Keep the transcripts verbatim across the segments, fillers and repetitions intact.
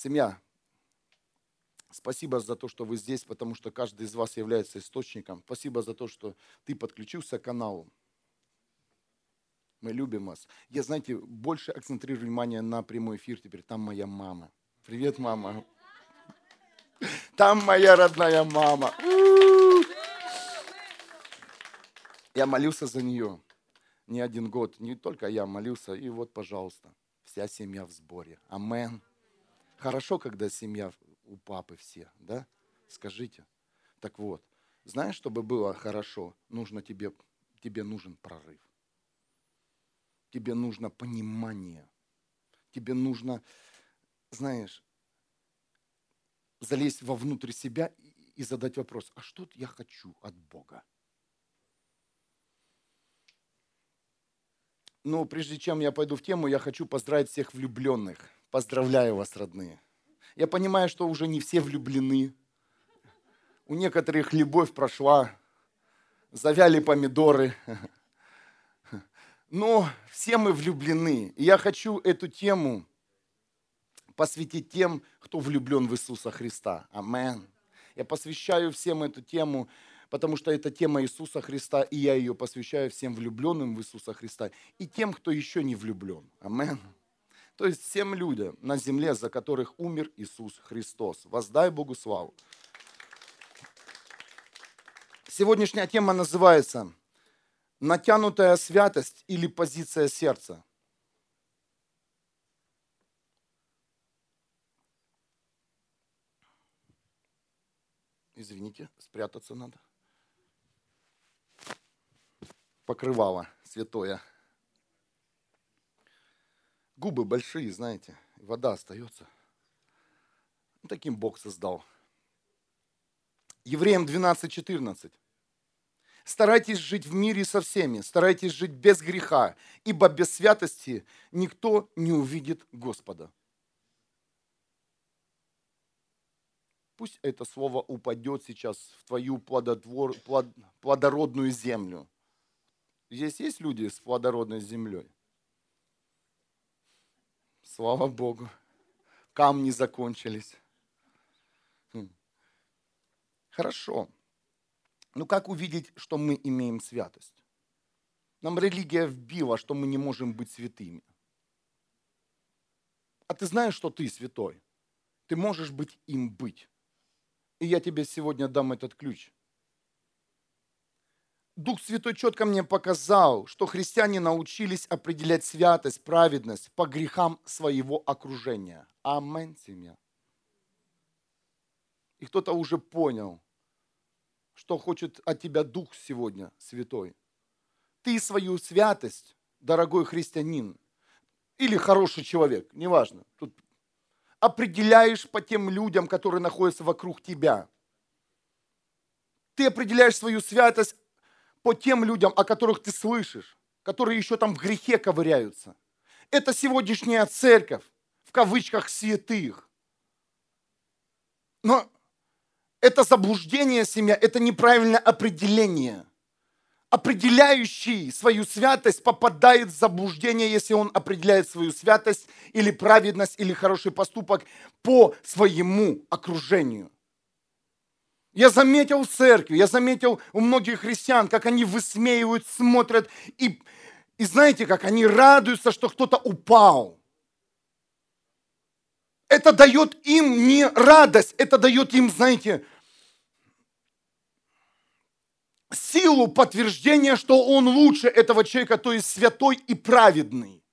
Семья, спасибо за то, что вы здесь, потому что каждый из вас является источником. Спасибо за то, что ты подключился к каналу. Мы любим вас. Я, знаете, больше акцентрирую внимание на прямой эфир теперь. Там моя мама. Привет, мама. Там моя родная мама. Я молился за нее не один год. Не только я молился. И вот, пожалуйста, вся семья в сборе. Амен. Хорошо, когда семья у папы все, да? Скажите. Так вот, знаешь, чтобы было хорошо, нужно тебе, тебе нужен прорыв. Тебе нужно понимание. Тебе нужно, знаешь, залезть вовнутрь себя и задать вопрос, а что я хочу от Бога? Но прежде чем я пойду в тему, я хочу поздравить всех влюбленных. Поздравляю вас, родные. Я понимаю, что уже не все влюблены. У некоторых любовь прошла, завяли помидоры. Но все мы влюблены. И я хочу эту тему посвятить тем, кто влюблен в Иисуса Христа. Амен. Я посвящаю всем эту тему, потому что это тема Иисуса Христа, и я ее посвящаю всем влюбленным в Иисуса Христа и тем, кто еще не влюблен. Амен. То есть всем людям на земле, за которых умер Иисус Христос. Воздай Богу славу. Сегодняшняя тема называется «Натянутая святость или позиция сердца». Извините, спрятаться надо. Покрывало святое. Губы большие, знаете, вода остается. Таким Бог создал. Евреям двенадцать четырнадцать. Старайтесь жить в мире со всеми, старайтесь жить без греха, ибо без святости никто не увидит Господа. Пусть это слово упадет сейчас в твою плодотвор, плод, плодородную землю. Здесь есть люди с плодородной землей? Слава Богу. Камни закончились. Хорошо. Ну как увидеть, что мы имеем святость? Нам религия вбила, что мы не можем быть святыми. А ты знаешь, что ты святой? Ты можешь быть им быть. И я тебе сегодня дам этот ключ. Дух Святой четко мне показал, что христиане научились определять святость, праведность по грехам своего окружения. Аминь, семья. И кто-то уже понял, что хочет от тебя Дух сегодня Святой. Ты свою святость, дорогой христианин, или хороший человек, неважно, тут определяешь по тем людям, которые находятся вокруг тебя. Ты определяешь свою святость по тем людям, о которых ты слышишь, которые еще там в грехе ковыряются. Это сегодняшняя церковь, в кавычках святых. Но это заблуждение, семья, это неправильное определение. Определяющий свою святость попадает в заблуждение, если он определяет свою святость или праведность, или хороший поступок по своему окружению. Я заметил в церкви, я заметил у многих христиан, как они высмеивают, смотрят, и, и знаете, как они радуются, что кто-то упал. Это дает им не радость, это дает им, знаете, силу подтверждения, что он лучше этого человека, то есть святой и праведный.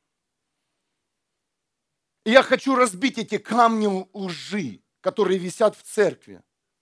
И я хочу разбить эти камни лжи, которые висят в церкви.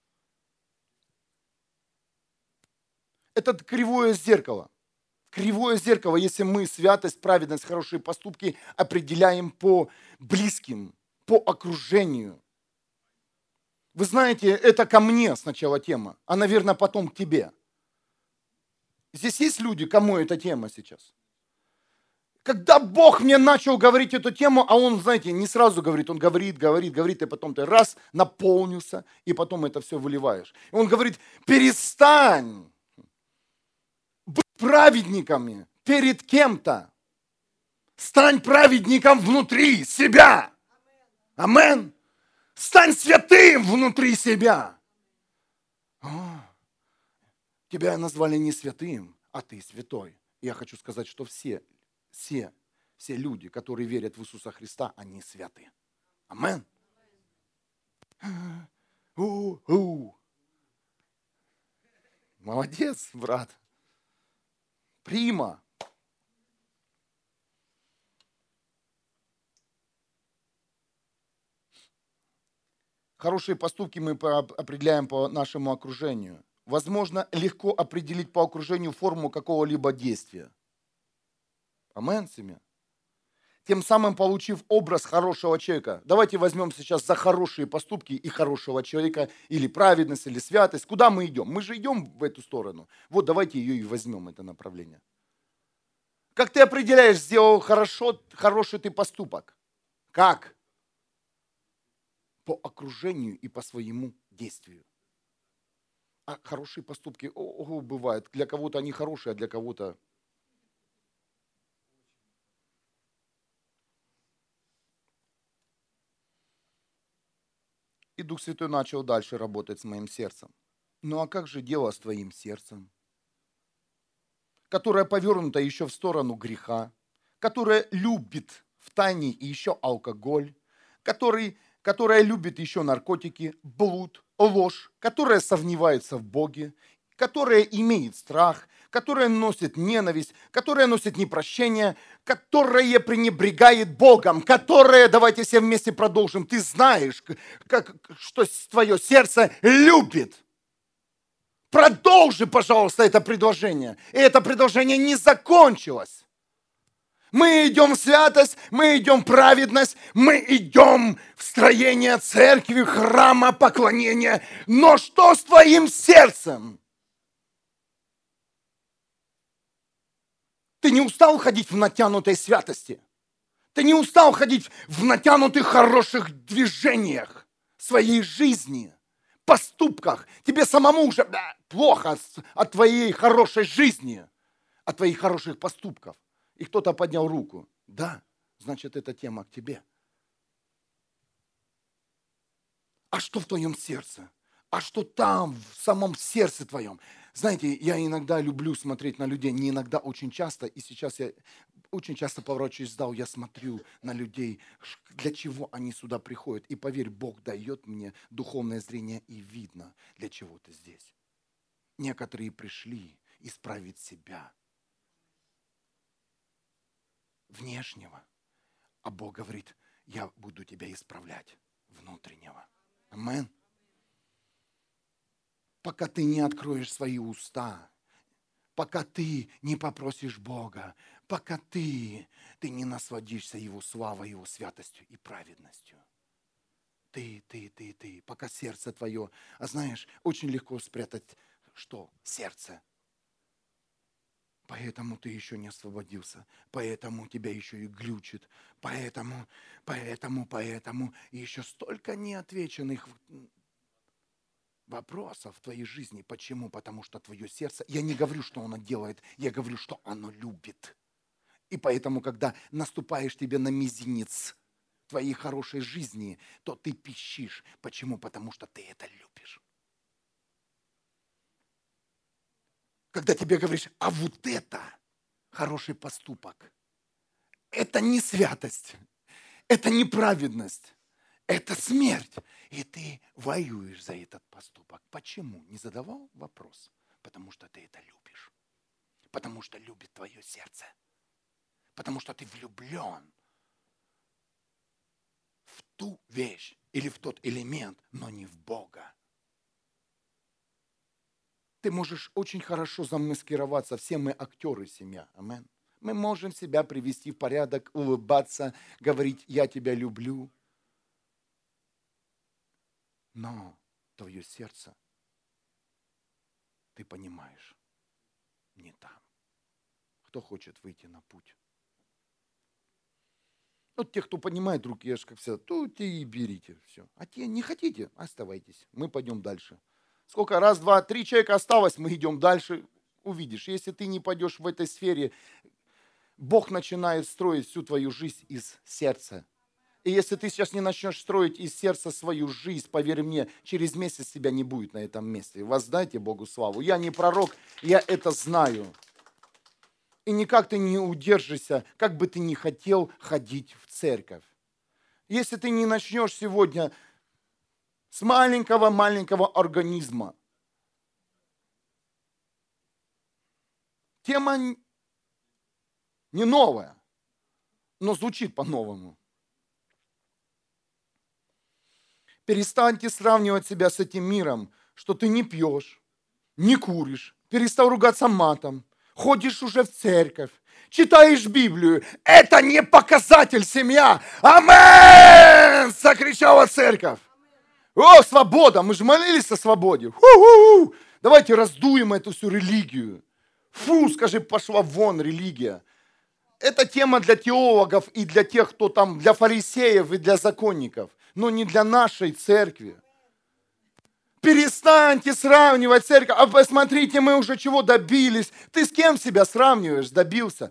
Это кривое зеркало. Кривое зеркало, если мы святость, праведность, хорошие поступки определяем по близким, по окружению. Вы знаете, это ко мне сначала тема, а, наверное, потом к тебе. Здесь есть люди, кому эта тема сейчас? Когда Бог мне начал говорить эту тему, а Он, знаете, не сразу говорит, Он говорит, говорит, говорит, и потом ты раз наполнился, и потом это все выливаешь. И Он говорит, перестань быть праведниками перед кем-то. Стань праведником внутри себя. Амен. Стань святым внутри себя. А, тебя назвали не святым, а ты святой. И я хочу сказать, что все, все, все люди, которые верят в Иисуса Христа, они святы. Амен. У-у. Молодец, брат. Прима. Хорошие поступки мы определяем по нашему окружению. Возможно, легко определить по окружению форму какого-либо действия. Амен, семья. Тем самым получив образ хорошего человека. Давайте возьмем сейчас за хорошие поступки и хорошего человека, или праведность, или святость. Куда мы идем? Мы же идем в эту сторону. Вот давайте ее и возьмем, это направление. Как ты определяешь, сделал хорошо, хороший ты поступок? Как? По окружению и по своему действию. А хорошие поступки, ого, бывают. Для кого-то они хорошие, а для кого-то... И Дух Святой начал дальше работать с моим сердцем. Ну а как же дело с твоим сердцем? Которое повернуто еще в сторону греха, которое любит в тайне еще алкоголь, который, которое любит еще наркотики, блуд, ложь, которое сомневается в Боге, которое имеет страх, которое носит ненависть, которое носит непрощение, которое пренебрегает Богом, которое, давайте все вместе продолжим, ты знаешь, как, что твое сердце любит. Продолжи, пожалуйста, это предложение. И это предложение не закончилось. Мы идем в святость, мы идем в праведность, мы идем в строение церкви, храма, поклонения. Но что с твоим сердцем? Ты не устал ходить в натянутой святости? Ты не устал ходить в натянутых хороших движениях своей жизни, поступках? Тебе самому уже плохо от твоей хорошей жизни, от твоих хороших поступков. И кто-то поднял руку. Да, значит, эта тема к тебе. А что в твоем сердце? А что там, в самом сердце твоем? Знаете, я иногда люблю смотреть на людей, не иногда, очень часто, и сейчас я очень часто поворачиваюсь в зал, я смотрю на людей, для чего они сюда приходят. И поверь, Бог дает мне духовное зрение, и видно, для чего ты здесь. Некоторые пришли исправить себя внешнего, а Бог говорит, я буду тебя исправлять внутреннего. Амен. Пока ты не откроешь свои уста, пока ты не попросишь Бога, пока ты, ты не насладишься Его славой, Его святостью и праведностью. Ты, ты, ты, ты, пока сердце твое, а знаешь, очень легко спрятать, что? Сердце. Поэтому ты еще не освободился, поэтому тебя еще и глючит, поэтому, поэтому, поэтому, и еще столько неотвеченных вопросов в твоей жизни. Почему? Потому что твое сердце, я не говорю, что оно делает, я говорю, что оно любит. И поэтому, когда наступаешь тебе на мизинец твоей хорошей жизни, то ты пищишь. Почему? Потому что ты это любишь. Когда тебе говоришь, а вот это хороший поступок, это не святость, это не праведность, это смерть. И ты воюешь за этот поступок. Почему? Не задавал вопрос? Потому что ты это любишь. Потому что любит твое сердце. Потому что ты влюблен в ту вещь или в тот элемент, но не в Бога. Ты можешь очень хорошо замаскироваться. Все мы актеры, семья. Амен. Мы можем себя привести в порядок, улыбаться, говорить, я тебя люблю. Но твое сердце, ты понимаешь, не там. Кто хочет выйти на путь? Вот те, кто понимает, руки, я же как всегда, то те и берите. Все. А те не хотите, оставайтесь. Мы пойдем дальше. Сколько? Раз, два, три человека осталось, мы идем дальше. Увидишь, если ты не пойдешь в этой сфере, Бог начинает строить всю твою жизнь из сердца. И если ты сейчас не начнешь строить из сердца свою жизнь, поверь мне, через месяц тебя не будет на этом месте. Воздайте Богу славу. Я не пророк, я это знаю. И никак ты не удержишься, как бы ты ни хотел ходить в церковь. Если ты не начнешь сегодня с маленького-маленького организма, тема не новая, но звучит по-новому. Перестаньте сравнивать себя с этим миром, что ты не пьешь, не куришь, перестал ругаться матом, ходишь уже в церковь, читаешь Библию. Это не показатель, семья. Амен! Закричала церковь. О, свобода! Мы же молились о свободе. Ху-ху-ху! Давайте раздуем эту всю религию. Фу, скажи, пошла вон религия. Это тема для теологов и для тех, кто там, для фарисеев и для законников, но не для нашей церкви. Перестаньте сравнивать церковь. А посмотрите, мы уже чего добились. Ты с кем себя сравниваешь, добился?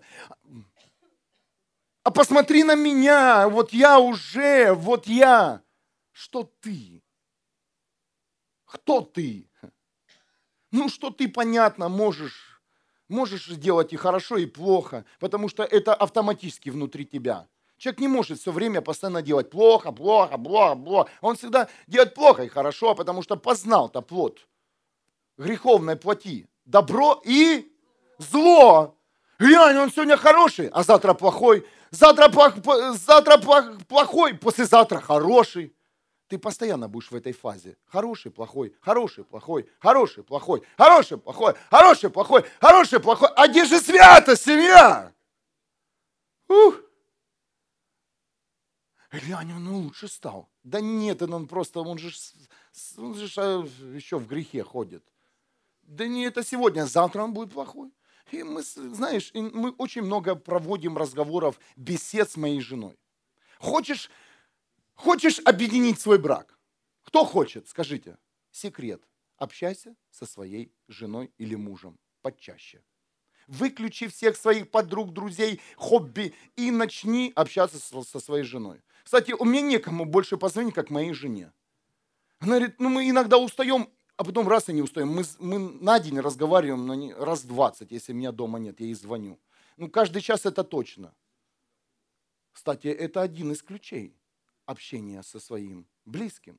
А посмотри на меня, вот я уже, вот я. Что ты? Кто ты? Ну, что ты, понятно, можешь. Можешь делать и хорошо, и плохо, потому что это автоматически внутри тебя. Человек не может все время постоянно делать плохо, плохо, плохо, плохо. Он всегда делает плохо и хорошо, потому что познал-то плод греховной плоти. Добро и зло. Глянь, он сегодня хороший, а завтра плохой. Завтра, плох, завтра плохой, послезавтра хороший. Ты постоянно будешь в этой фазе. Хороший, плохой, хороший, плохой, хороший, плохой, хороший, плохой, хороший, плохой, хороший, плохой. А где же святость, семья? Ух. Глянь, он лучше стал. Да нет, он просто, он же, он же еще в грехе ходит. Да не это сегодня, завтра он будет плохой. И мы, знаешь, мы очень много проводим разговоров, бесед с моей женой. Хочешь... Хочешь объединить свой брак? Кто хочет? Скажите. Секрет. Общайся со своей женой или мужем почаще. Выключи всех своих подруг, друзей, хобби и начни общаться со своей женой. Кстати, у меня некому больше позвонить, как моей жене. Она говорит, ну мы иногда устаем, а потом раз и не устаем. Мы, мы на день разговариваем на не, раз двадцать, если меня дома нет, я ей звоню. Ну каждый час это точно. Кстати, это один из ключей общения со своим близким.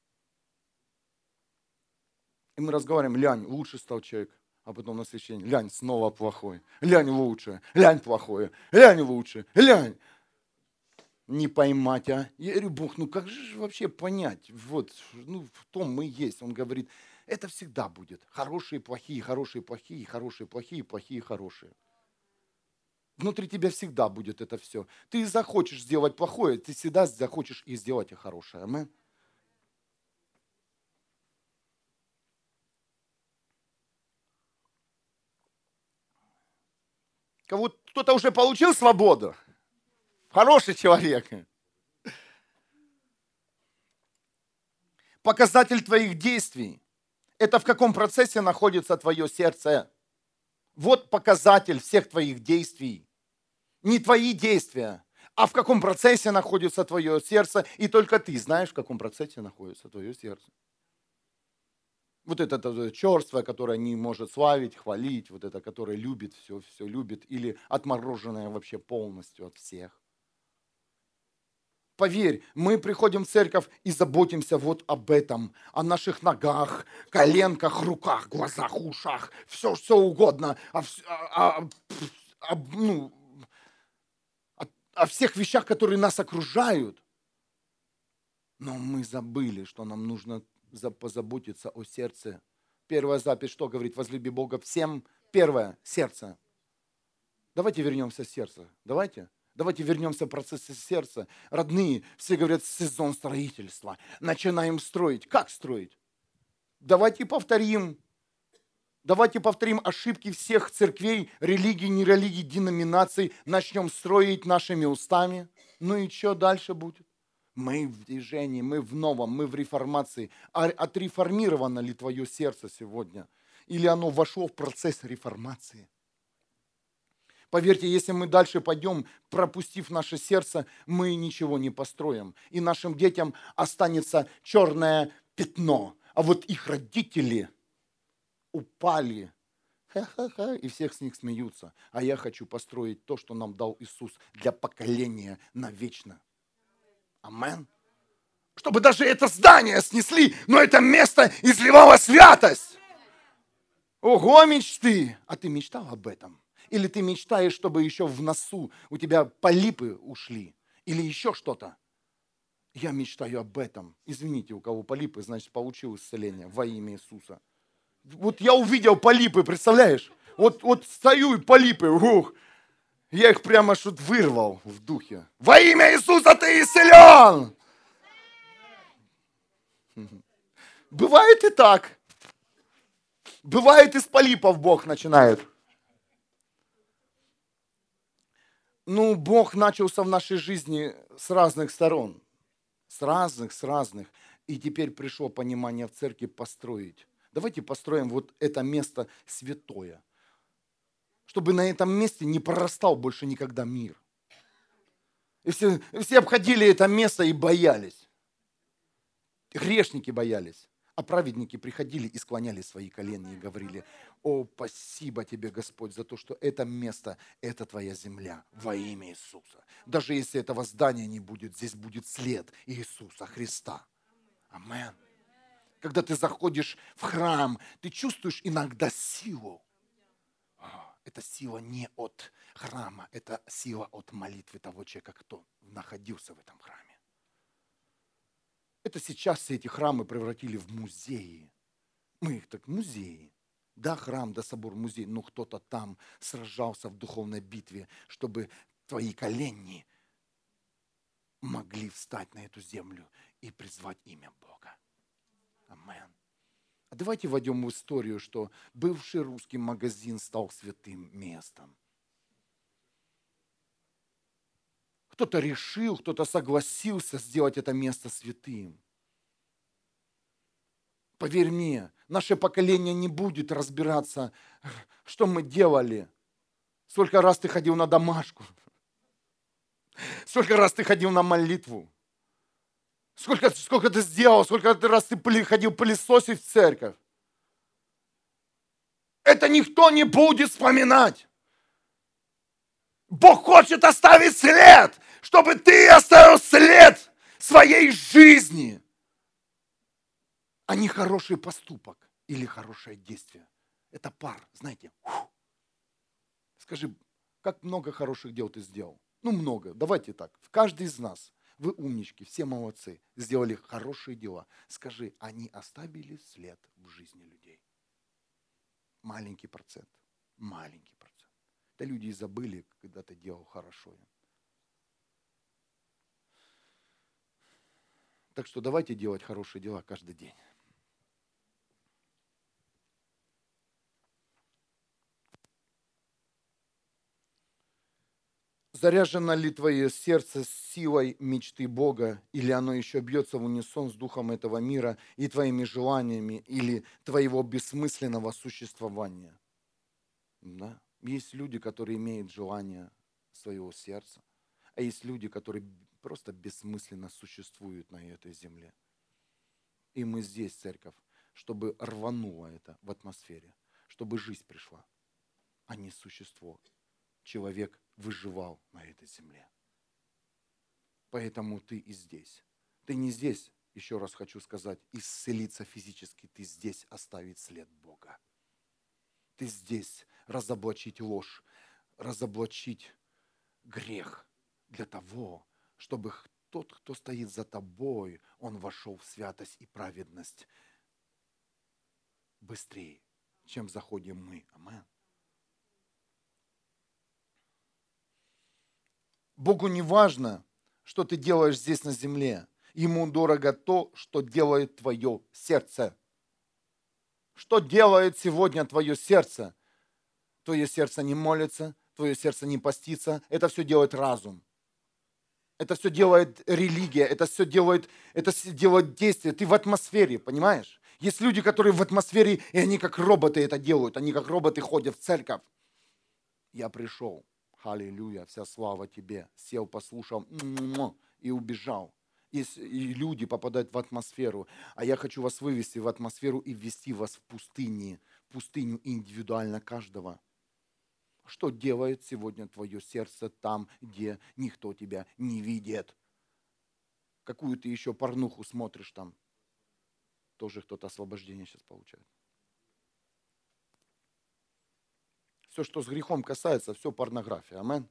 И мы разговариваем, лянь, лучше стал человек, а потом на следующий день, лянь, снова плохой, лянь лучше, лянь плохое, лянь лучше, лянь. Не поймать, а? Я говорю, Бог, ну как же вообще понять? Вот, ну в том мы есть. Он говорит, это всегда будет. Хорошие, плохие, хорошие, плохие, хорошие, плохие, плохие, хорошие. Внутри тебя всегда будет это все. Ты захочешь сделать плохое, ты всегда захочешь и сделать и хорошее. Аминь. Кого кто-то уже получил свободу? Хороший человек. Показатель твоих действий. Это в каком процессе находится твое сердце. Вот показатель всех твоих действий. Не твои действия, а в каком процессе находится твое сердце, и только ты знаешь, в каком процессе находится твое сердце. Вот это, это черство, которое не может славить, хвалить, вот это, которое любит все, все любит, или отмороженное вообще полностью от всех. Поверь, мы приходим в церковь и заботимся вот об этом, о наших ногах, коленках, руках, глазах, ушах, все, все угодно, о, о, о, о, ну, о всех вещах, которые нас окружают. Но мы забыли, что нам нужно позаботиться о сердце. Первая заповедь, что говорит? Возлюби Бога всем. Первое, сердце. Давайте вернемся в сердце. Давайте. Давайте вернемся в процесс сердца. Родные, все говорят, сезон строительства. Начинаем строить. Как строить? Давайте повторим. Давайте повторим ошибки всех церквей, религий, нерелигий, деноминаций. Начнем строить нашими устами. Ну и что дальше будет? Мы в движении, мы в новом, мы в реформации. А отреформировано ли твое сердце сегодня? Или оно вошло в процесс реформации? Поверьте, если мы дальше пойдем, пропустив наше сердце, мы ничего не построим. И нашим детям останется черное пятно. А вот их родители упали, ха-ха-ха, и всех с них смеются. А я хочу построить то, что нам дал Иисус для поколения навечно. Амен. Чтобы даже это здание снесли, но это место изливало святость. Ого, мечты! А ты мечтал об этом? Или ты мечтаешь, чтобы еще в носу у тебя полипы ушли? Или еще что-то? Я мечтаю об этом. Извините, у кого полипы, значит, получил исцеление во имя Иисуса. Вот я увидел полипы, представляешь? Вот, вот стою и полипы, ух, я их прямо что-то вырвал в духе. Во имя Иисуса ты исцелен! Бывает и так. Бывает, из полипов Бог начинает. Ну, Бог начался в нашей жизни с разных сторон. С разных, с разных. И теперь пришло понимание в церкви построить. Давайте построим вот это место святое. Чтобы на этом месте не прорастал больше никогда мир. И все, все обходили это место и боялись. Грешники боялись, а праведники приходили и склоняли свои колени и говорили: о, спасибо тебе, Господь, за то, что это место, это твоя земля во имя Иисуса. Даже если этого здания не будет, здесь будет след Иисуса Христа. Амен. Когда ты заходишь в храм, ты чувствуешь иногда силу. Это сила не от храма, это сила от молитвы того человека, кто находился в этом храме. Это сейчас все эти храмы превратили в музеи. Мы их так, музеи. Да, храм, да, собор, музей, но кто-то там сражался в духовной битве, чтобы твои колени могли встать на эту землю и призвать имя Бога. Амен. А давайте войдем в историю, что бывший русский магазин стал святым местом. Кто-то решил, кто-то согласился сделать это место святым. Поверь мне, наше поколение не будет разбираться, что мы делали. Сколько раз ты ходил на домашку? Сколько раз ты ходил на молитву? Сколько, сколько ты сделал? Сколько раз ты ходил пылесосить в церковь? Это никто не будет вспоминать. Бог хочет оставить след, чтобы ты оставил след своей жизни, а не хороший поступок или хорошее действие. Это пар, знаете. Фу. Скажи, как много хороших дел ты сделал? Ну, много. Давайте так. Каждый из нас, вы умнички, все молодцы, сделали хорошие дела. Скажи, они оставили след в жизни людей? Маленький процент. Маленький процент. Да люди и забыли, когда ты делал хорошо. Так что давайте делать хорошие дела каждый день. Заряжено ли твое сердце силой мечты Бога, или оно еще бьется в унисон с духом этого мира и твоими желаниями, или твоего бессмысленного существования? Да? Есть люди, которые имеют желание своего сердца, а есть люди, которые просто бессмысленно существуют на этой земле. И мы здесь, церковь, чтобы рвануло это в атмосфере, чтобы жизнь пришла, а не существо. Человек выживал на этой земле. Поэтому ты и здесь. Ты не здесь, еще раз хочу сказать, исцелиться физически, ты здесь оставить след Бога. Ты здесь разоблачить ложь, разоблачить грех для того, чтобы тот, кто стоит за тобой, он вошел в святость и праведность быстрее, чем заходим мы. Амен. Богу не важно, что ты делаешь здесь на земле. Ему дорого то, что делает твое сердце. Что делает сегодня твое сердце? Твое сердце не молится, твое сердце не постится. Это все делает разум. Это все делает религия, это все делает, это все делает действие. Ты в атмосфере, понимаешь? Есть люди, которые в атмосфере, и они как роботы это делают. Они как роботы ходят в церковь. Я пришел Аллилуйя, вся слава тебе. Сел, послушал и убежал. Есть, и люди попадают в атмосферу. А я хочу вас вывести в атмосферу и ввести вас в пустыне, в пустыню индивидуально каждого. Что делает сегодня твое сердце там, где никто тебя не видит? Какую ты еще порнуху смотришь там? Тоже кто-то освобождение сейчас получает. Все, что с грехом касается, все порнография. Амен.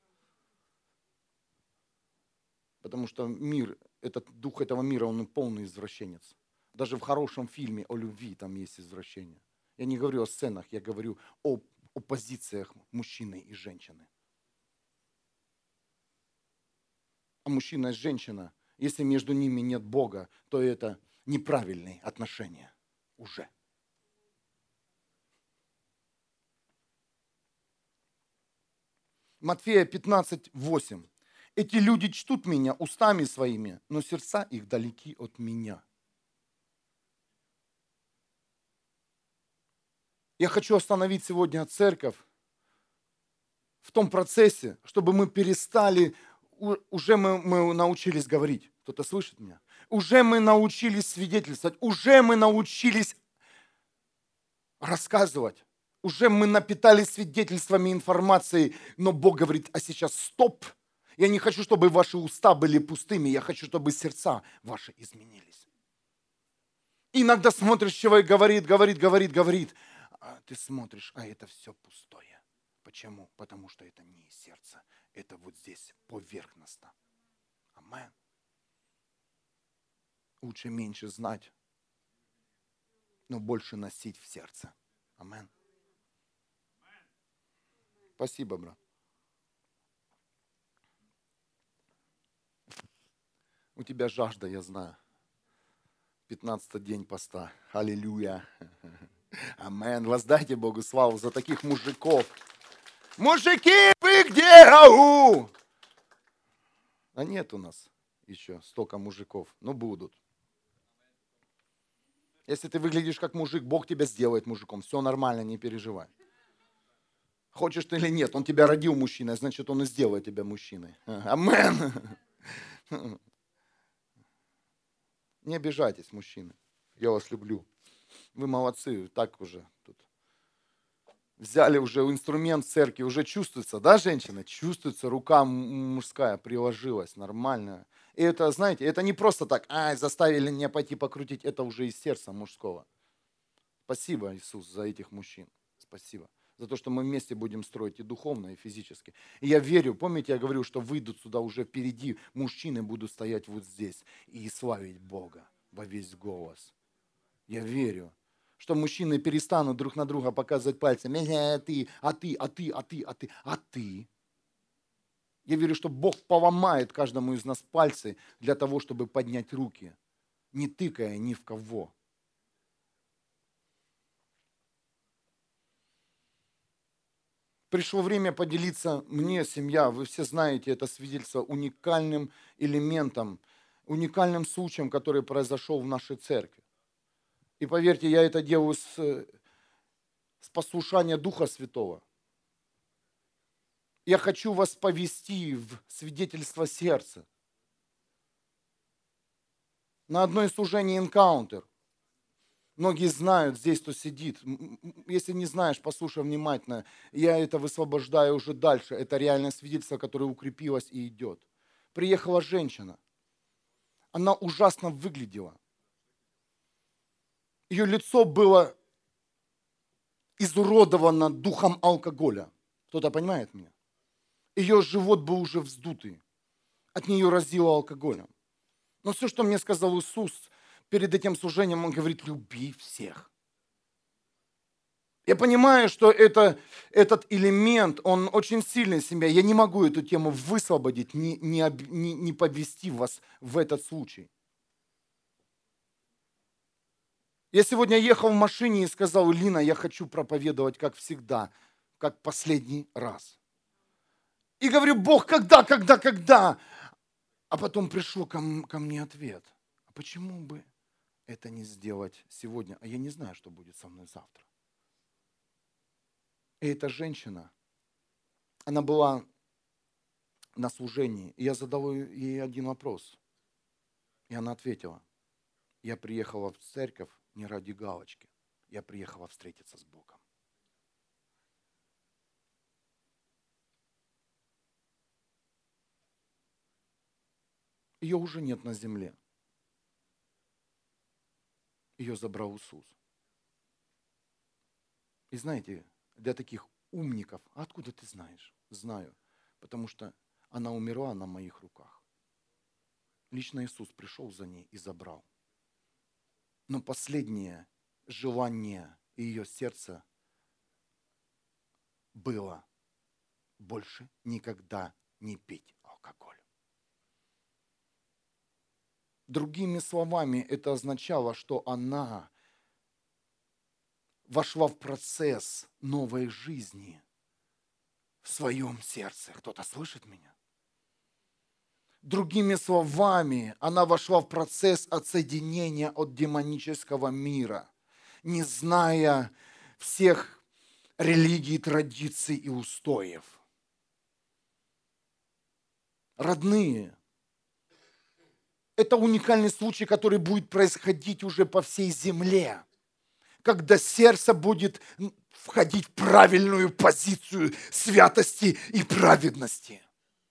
Потому что мир, этот дух этого мира, он полный извращенец. Даже в хорошем фильме о любви там есть извращение. Я не говорю о сценах, я говорю о, о позициях мужчины и женщины. А мужчина и женщина, если между ними нет Бога, то это неправильные отношения уже. Матфея пятнадцать, восемь. Эти люди чтут меня устами своими, но сердца их далеки от меня. Я хочу остановить сегодня церковь в том процессе, чтобы мы перестали, уже мы, мы научились говорить. Кто-то слышит меня? Уже мы научились свидетельствовать, уже мы научились рассказывать. Уже мы напитались свидетельствами информации, но Бог говорит, а сейчас стоп. Я не хочу, чтобы ваши уста были пустыми, я хочу, чтобы сердца ваши изменились. Иногда смотришь, человек говорит, говорит, говорит, говорит, а ты смотришь, а это все пустое. Почему? Потому что это не из сердца, это вот здесь поверхностно. Амен. Лучше меньше знать, но больше носить в сердце. Амен. Спасибо, брат. У тебя жажда, я знаю. пятнадцатый день поста. Аллилуйя. Амен. Воздайте Богу славу за таких мужиков. Мужики, вы где? Ау! А нет у нас еще столько мужиков. Но будут. Если ты выглядишь как мужик, Бог тебя сделает мужиком. Все нормально, не переживай. Хочешь ты или нет, Он тебя родил мужчиной, значит, Он и сделает тебя мужчиной. Амен. Не обижайтесь, мужчины. Я вас люблю. Вы молодцы, так уже тут. Взяли уже инструмент в церкви, уже чувствуется, да, женщина? Чувствуется, рука мужская приложилась, нормально. И это, знаете, это не просто так, ай, заставили меня пойти покрутить, это уже из сердца мужского. Спасибо, Иисус, за этих мужчин. Спасибо. За то, что мы вместе будем строить и духовно, и физически. И я верю, помните, я говорю, что выйдут сюда уже впереди, мужчины будут стоять вот здесь и славить Бога во весь голос. Я верю, что мужчины перестанут друг на друга показывать пальцами, а ты, а ты, а ты, а ты, а ты, а ты. Я верю, что Бог поломает каждому из нас пальцы для того, чтобы поднять руки, не тыкая ни в кого. Пришло время поделиться мне, семья, вы все знаете, это свидетельство уникальным элементом, уникальным случаем, который произошел в нашей церкви. И поверьте, я это делаю с, с послушания Духа Святого. Я хочу вас повести в свидетельство сердца. На одной служении «Энкаунтер». Многие знают здесь, кто сидит. Если не знаешь, послушай внимательно. Я это высвобождаю уже дальше. Это реальное свидетельство, которое укрепилось и идет. Приехала женщина. Она ужасно выглядела. Ее лицо было изуродовано духом алкоголя. Кто-то понимает меня? Ее живот был уже вздутый. От нее разило алкоголем. Но все, что мне сказал Иисус перед этим служением, Он говорит, люби всех. Я понимаю, что это, этот элемент, он очень сильный в себе. Я не могу эту тему высвободить, не, не, не, не повести вас в этот случай. Я сегодня ехал в машине и сказал, Лина, я хочу проповедовать, как всегда, как последний раз. И говорю, Бог, когда, когда, когда? А потом пришел ко, ко мне ответ. А почему бы это не сделать сегодня? А я не знаю, что будет со мной завтра. И эта женщина, Она была на служении, и я задал ей один вопрос. И она ответила: я приехала в церковь не ради галочки, я приехала встретиться с Богом. Ее уже нет на земле. Ее забрал Иисус. И знаете, для таких умников, а откуда ты знаешь? Знаю, потому что она умерла на моих руках. Лично Иисус пришел за ней и забрал. Но последнее желание ее сердца было больше никогда не пить алкоголь. Другими словами, это означало, что она вошла в процесс новой жизни в своем сердце. Кто-то слышит меня? Другими словами, она вошла в процесс отсоединения от демонического мира, не зная всех религий, традиций и устоев. Родные, это уникальный случай, который будет происходить уже по всей земле, когда сердце будет входить в правильную позицию святости и праведности.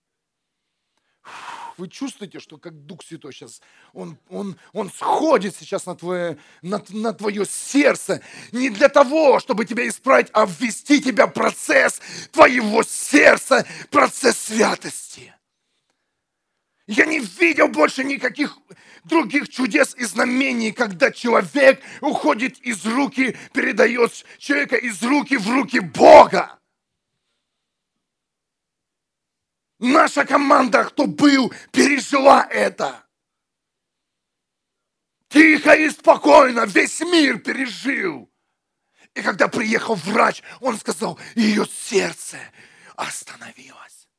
Вы чувствуете, что как Дух Святой сейчас, Он, он, он сходит сейчас на твое, на, на твое сердце не для того, чтобы тебя исправить, а ввести тебя в процесс твоего сердца, процесс святости. Я не видел больше никаких других чудес и знамений, когда человек уходит из руки, передает человека из руки в руки Бога. Наша команда, кто был, пережила это. Тихо и спокойно весь мир пережил. И когда приехал врач, он сказал, ее сердце остановилось.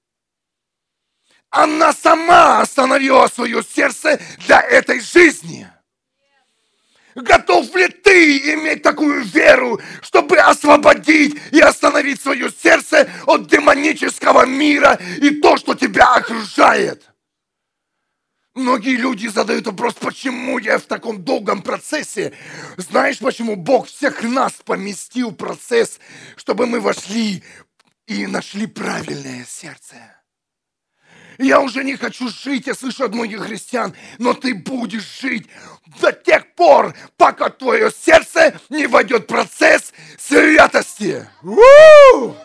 Она сама остановила свое сердце для этой жизни. Готов ли ты иметь такую веру, чтобы освободить и остановить свое сердце от демонического мира и то, что тебя окружает? Многие люди задают вопрос, почему я в таком долгом процессе. Знаешь, почему Бог всех нас поместил в процесс, чтобы мы вошли и нашли правильное сердце? Я уже не хочу жить, я слышу от многих христиан, но ты будешь жить до тех пор, пока твое сердце не войдет в процесс святости. У-у-у!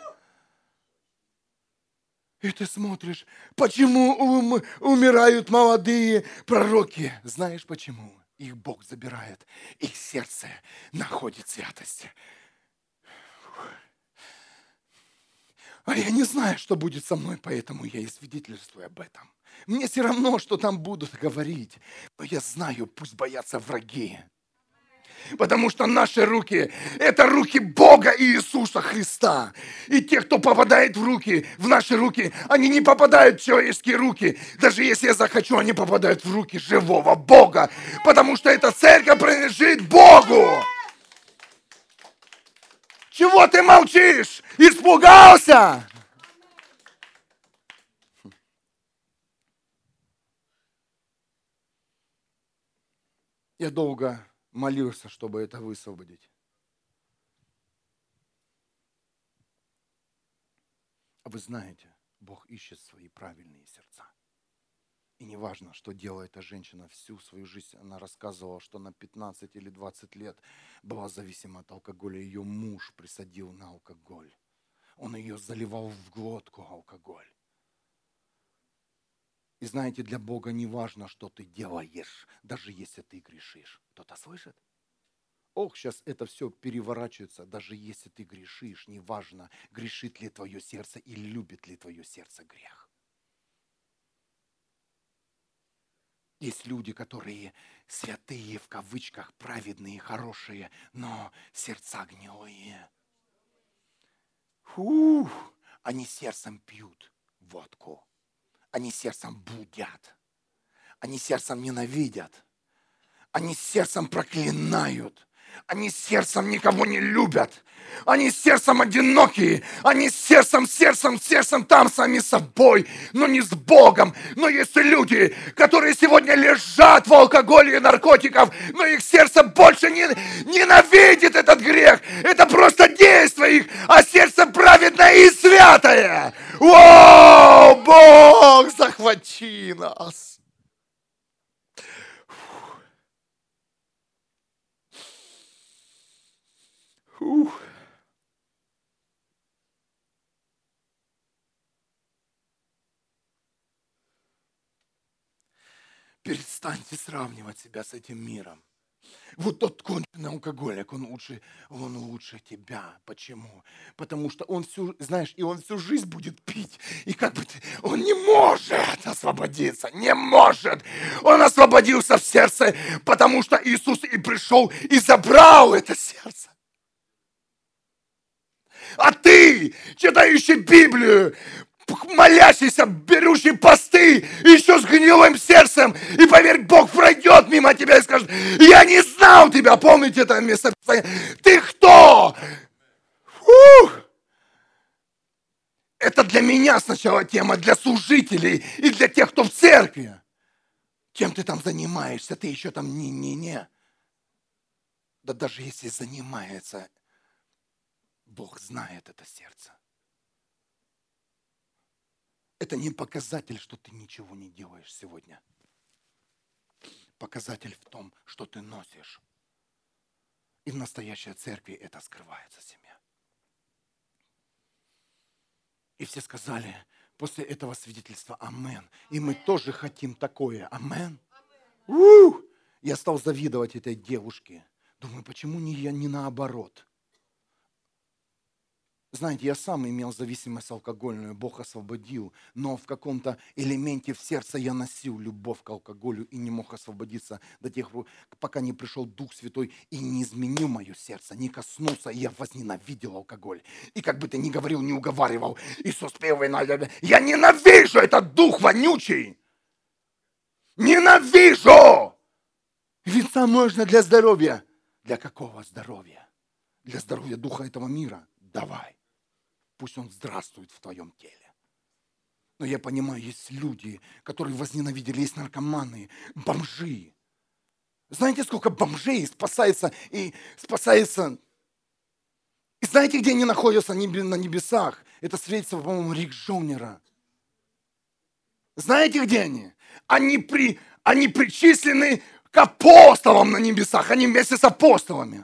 И ты смотришь, почему ум, умирают молодые пророки. Знаешь почему? Их Бог забирает, их сердце находит святость. А я не знаю, что будет со мной, поэтому я и свидетельствую об этом. Мне все равно, что там будут говорить. Но я знаю, пусть боятся враги. Потому что наши руки – это руки Бога и Иисуса Христа. И те, кто попадает в руки, в наши руки, они не попадают в человеческие руки. Даже если я захочу, они попадают в руки живого Бога. Потому что эта церковь принадлежит Богу. Чего ты молчишь? Испугался? Я долго молился, чтобы это высвободить. А вы знаете, Бог ищет свои правильные сердца. И не важно, что делает эта женщина всю свою жизнь. Она рассказывала, что на пятнадцать или двадцать лет была зависима от алкоголя. Ее муж присадил на алкоголь. Он ее заливал в глотку алкоголь. И знаете, для Бога не важно, что ты делаешь, даже если ты грешишь. Кто-то слышит? Ох, сейчас это все переворачивается. Даже если ты грешишь, неважно, грешит ли твое сердце и любит ли твое сердце грех. Есть люди, которые святые, в кавычках, праведные, хорошие, но сердца гнилые. Фух, они сердцем пьют водку. Они сердцем блудят. Они сердцем ненавидят. Они сердцем проклинают. Они сердцем никого не любят. Они сердцем одинокие. Они сердцем, сердцем, сердцем там сами собой. Но не с Богом. Но есть люди, которые сегодня лежат в алкоголе и наркотиках, но их сердце больше не, ненавидит этот грех. Это просто действие их, а сердце праведное и святое. О, Бог, захвати нас. Фух. Перестаньте сравнивать себя с этим миром. Вот тот конченый алкоголик, он лучше, он лучше тебя. Почему? Потому что он всю, знаешь, и он всю жизнь будет пить. И как бы ты, он не может освободиться, не может. Он освободился в сердце, потому что Иисус и пришел и забрал это сердце. А ты, читающий Библию, молящийся, берущий посты, еще с гнилым сердцем, и поверь, Бог пройдет мимо тебя и скажет: я не знал тебя, помните это местописание? Ты кто? Фух! Это для меня сначала тема, для служителей и для тех, кто в церкви. Чем ты там занимаешься? Ты еще там не-не-не. Да даже если занимается, Бог знает это сердце. Это не показатель, что ты ничего не делаешь сегодня. Показатель в том, что ты носишь. И в настоящей церкви это скрывается в себе. И все сказали после этого свидетельства «Амен». И мы тоже хотим такое. Амен. У-у-у! Я стал завидовать этой девушке. Думаю, почему не я, не наоборот? Знаете, я сам имел зависимость алкогольную, Бог освободил, но в каком-то элементе в сердце я носил любовь к алкоголю и не мог освободиться до тех пор, пока не пришел Дух Святой и не изменил мое сердце, не коснулся, и я возненавидел алкоголь. И как бы ты ни говорил, не уговаривал, Иисус первый, я ненавижу этот дух вонючий! Ненавижу! Венца можно для здоровья. Для какого здоровья? Для здоровья духа этого мира? Давай. Пусть он здравствует в твоем теле. Но я понимаю, есть люди, которые возненавидели, есть наркоманы, бомжи. Знаете, сколько бомжей спасается и спасается... И знаете, где они находятся на небесах? Это свидетельство, по-моему, Рик Джоннера. Знаете, где они? Они, при... они причислены к апостолам на небесах. Они вместе с апостолами.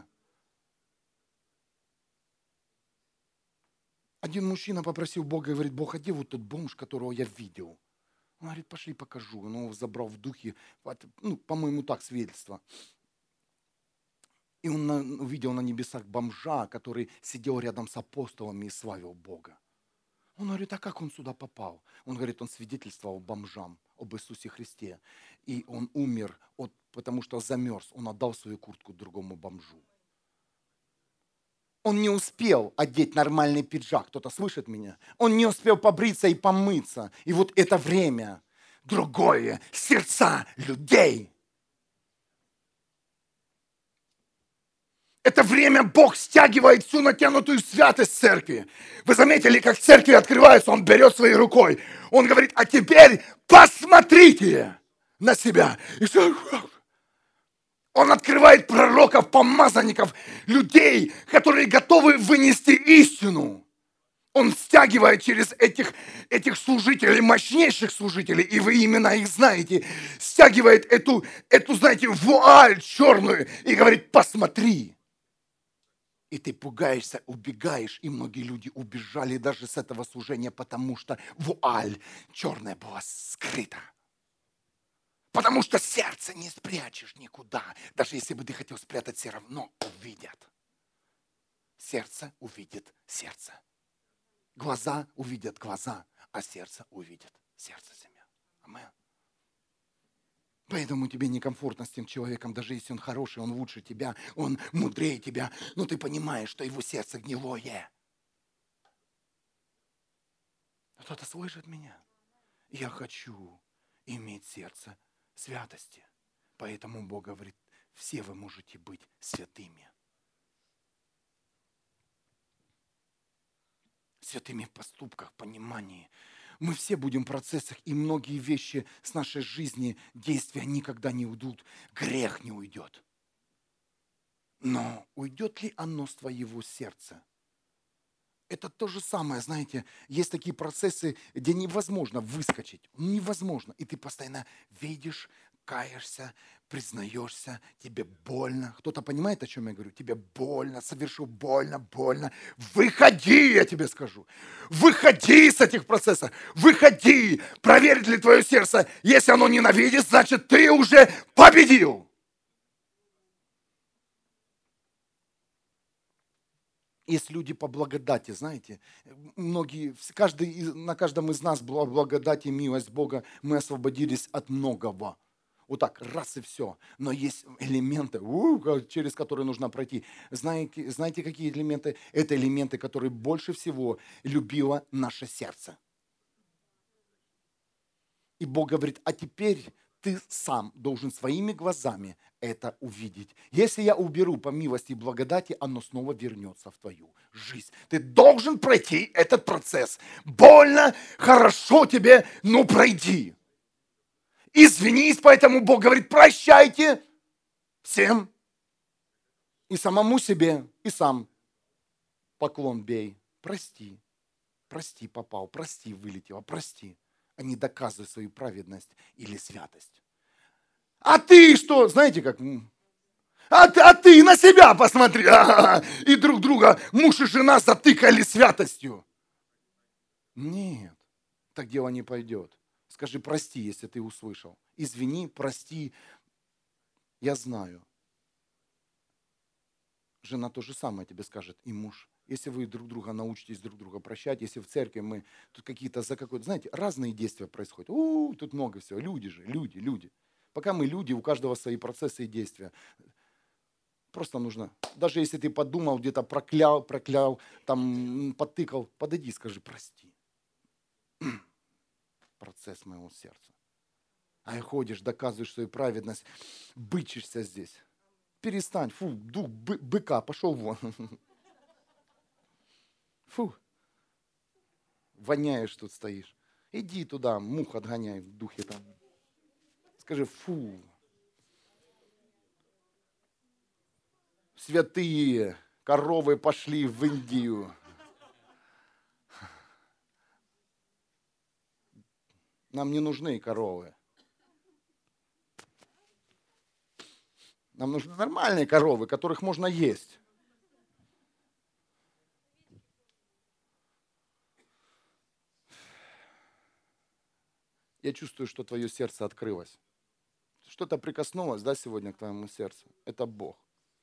Один мужчина попросил Бога и говорит: Бог, а где вот тот бомж, которого я видел? Он говорит: пошли покажу. Он его забрал в духе, ну, по-моему, так свидетельство. И он увидел на небесах бомжа, который сидел рядом с апостолами и славил Бога. Он говорит: а как он сюда попал? Он говорит: он свидетельствовал бомжам об Иисусе Христе. И он умер, от, потому что замерз. Он отдал свою куртку другому бомжу. Он не успел одеть нормальный пиджак. Кто-то слышит меня? Он не успел побриться и помыться. И вот это время, другое, сердца людей. Это время Бог стягивает всю натянутую святость церкви. Вы заметили, как церкви открываются, Он берет своей рукой. Он говорит: а теперь посмотрите на себя. И все. Он открывает пророков, помазанников, людей, которые готовы вынести истину. Он стягивает через этих, этих служителей, мощнейших служителей, и вы именно их знаете, стягивает эту, эту, знаете, вуаль черную и говорит: посмотри. И ты пугаешься, убегаешь, и многие люди убежали даже с этого служения, потому что вуаль черная была скрыта. Потому что сердце не спрячешь никуда. Даже если бы ты хотел спрятать, все равно увидят. Сердце увидит сердце. Глаза увидят глаза, а сердце увидит сердце себя. Амин. Поэтому тебе некомфортно с тем человеком, даже если он хороший, он лучше тебя, он мудрее тебя, но ты понимаешь, что его сердце гнилое. Кто-то слышит меня? Я хочу иметь сердце святости. Поэтому Бог говорит: все вы можете быть святыми. святыми в поступках, понимании. Мы все будем в процессах, и многие вещи с нашей жизни, действия никогда не уйдут. Грех не уйдет. Но уйдет ли оно с твоего сердца? Это то же самое, знаете, есть такие процессы, где невозможно выскочить, невозможно. И ты постоянно видишь, каешься, признаешься, тебе больно. Кто-то понимает, о чем я говорю? Тебе больно, совершил больно, больно. Выходи, я тебе скажу. Выходи с этих процессов. Выходи. Проверит ли твое сердце. Если оно ненавидит, значит, ты уже победил. Есть люди по благодати, знаете, многие, каждый, на каждом из нас была благодать и милость Бога, мы освободились от многого. Вот так, раз и все. Но есть элементы, у, через которые нужно пройти. Знаете, знаете, какие элементы? Это элементы, которые больше всего любило наше сердце. И Бог говорит, а теперь ты сам должен своими глазами это увидеть. Если я уберу по милости и благодати, оно снова вернется в твою жизнь. Ты должен пройти этот процесс. Больно, хорошо тебе, но пройди. Извинись, поэтому Бог говорит, прощайте всем. И самому себе, и сам поклон бей. Прости, прости, попал, прости, вылетело, прости. А не доказывай свою праведность или святость. А ты что? Знаете как? А ты, а ты на себя посмотри. А-а-а. И друг друга муж и жена затыкали святостью. Нет, так дело не пойдет. Скажи прости, если ты услышал. Извини, прости. Я знаю. Жена то же самое тебе скажет, и муж. Если вы друг друга научитесь друг друга прощать, если в церкви мы тут какие-то за какой-то, знаете, разные действия происходят. У, тут много всего. Люди же, люди, люди. Пока мы люди, у каждого свои процессы и действия. Просто нужно, даже если ты подумал, где-то проклял, проклял, там потыкал, подойди, скажи, прости. Процесс моего сердца. А и ходишь, доказываешь свою праведность, бычишься здесь. Перестань, фу, дух бы, быка, пошел вон. Фу, воняешь тут стоишь. Иди туда, мух отгоняй в духе там. Скажи, фу. Святые коровы пошли в Индию. Нам не нужны коровы. Нам нужны нормальные коровы, которых можно есть. Я чувствую, что твое сердце открылось. Что-то прикоснулось, да, сегодня к твоему сердцу. Это Бог.